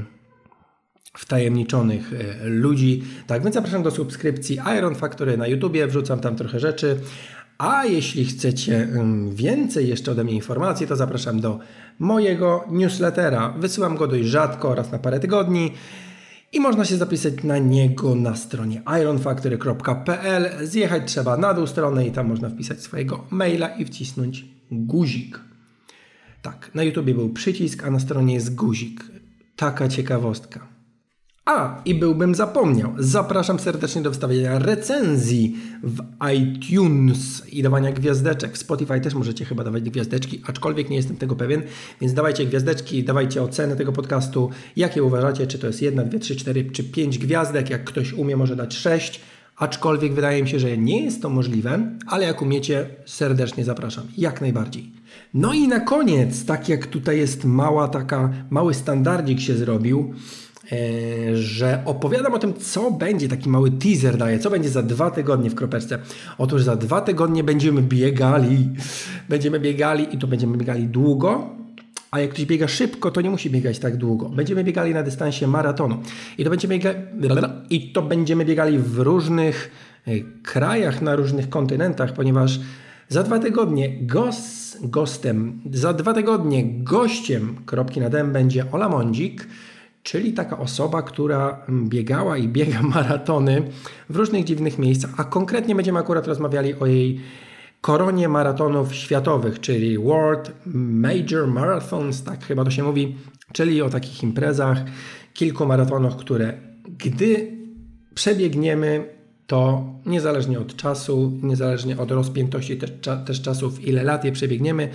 wtajemniczonych yy, ludzi. Tak, więc zapraszam do subskrypcji Iron Factory na YouTubie, wrzucam tam trochę rzeczy. A jeśli chcecie yy, więcej jeszcze ode mnie informacji, to zapraszam do mojego newslettera. Wysyłam go dość rzadko, raz na parę tygodni. I można się zapisać na niego na stronie ironfactory kropka p l. Zjechać trzeba na dół stronę i tam można wpisać swojego maila i wcisnąć guzik. Tak, na YouTubie był przycisk, a na stronie jest guzik. Taka ciekawostka. A, i byłbym zapomniał. Zapraszam serdecznie do wstawienia recenzji w iTunes i dawania gwiazdeczek. W Spotify też możecie chyba dawać gwiazdeczki, aczkolwiek nie jestem tego pewien, więc dawajcie gwiazdeczki, dawajcie oceny tego podcastu. Jakie uważacie, czy to jest jedna, dwie, trzy, cztery, czy pięć gwiazdek? Jak ktoś umie, może dać sześć, aczkolwiek wydaje mi się, że nie jest to możliwe, ale jak umiecie, serdecznie zapraszam. Jak najbardziej. No i na koniec, tak jak tutaj jest mała taka, mały standardzik się zrobił, e, że opowiadam o tym, co będzie, taki mały teaser daję, co będzie za dwa tygodnie w Kropeczce. Otóż za dwa tygodnie będziemy biegali, będziemy biegali i to będziemy biegali długo, a jak ktoś biega szybko, to nie musi biegać tak długo. Będziemy biegali na dystansie maratonu i to będziemy biegali, i to będziemy biegali w różnych krajach, na różnych kontynentach, ponieważ za dwa tygodnie gost, gostem, za dwa tygodnie gościem Kropki na D M będzie Ola Mądzik, czyli taka osoba, która biegała i biega maratony w różnych dziwnych miejscach, a konkretnie będziemy akurat rozmawiali o jej koronie maratonów światowych, czyli World Major Marathons, tak chyba to się mówi, czyli o takich imprezach, kilku maratonach, które gdy przebiegniemy, to niezależnie od czasu, niezależnie od rozpiętości też, też czasów, ile lat je przebiegniemy,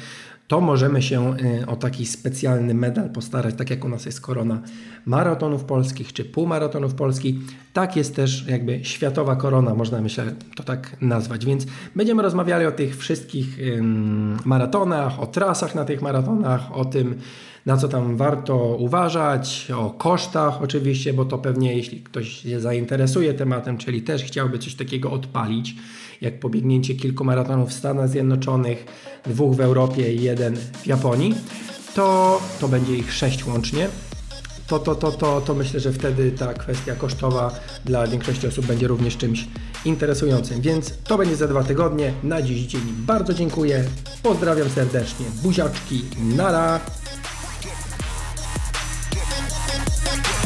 to możemy się o taki specjalny medal postarać, tak jak u nas jest korona maratonów polskich czy półmaratonów polskich, tak jest też jakby światowa korona, można myślę to tak nazwać, więc będziemy rozmawiali o tych wszystkich ym, maratonach, o trasach na tych maratonach, o tym, na co tam warto uważać, o kosztach oczywiście, bo to pewnie jeśli ktoś się zainteresuje tematem, czyli też chciałby coś takiego odpalić, jak pobiegnięcie kilku maratonów w Stanach Zjednoczonych, dwóch w Europie i jeden w Japonii, to, to będzie ich sześć łącznie. To, to, to, to, to myślę, że wtedy ta kwestia kosztowa dla większości osób będzie również czymś interesującym. Więc to będzie za dwa tygodnie. Na dziś dzień bardzo dziękuję. Pozdrawiam serdecznie. Buziaczki. Nara.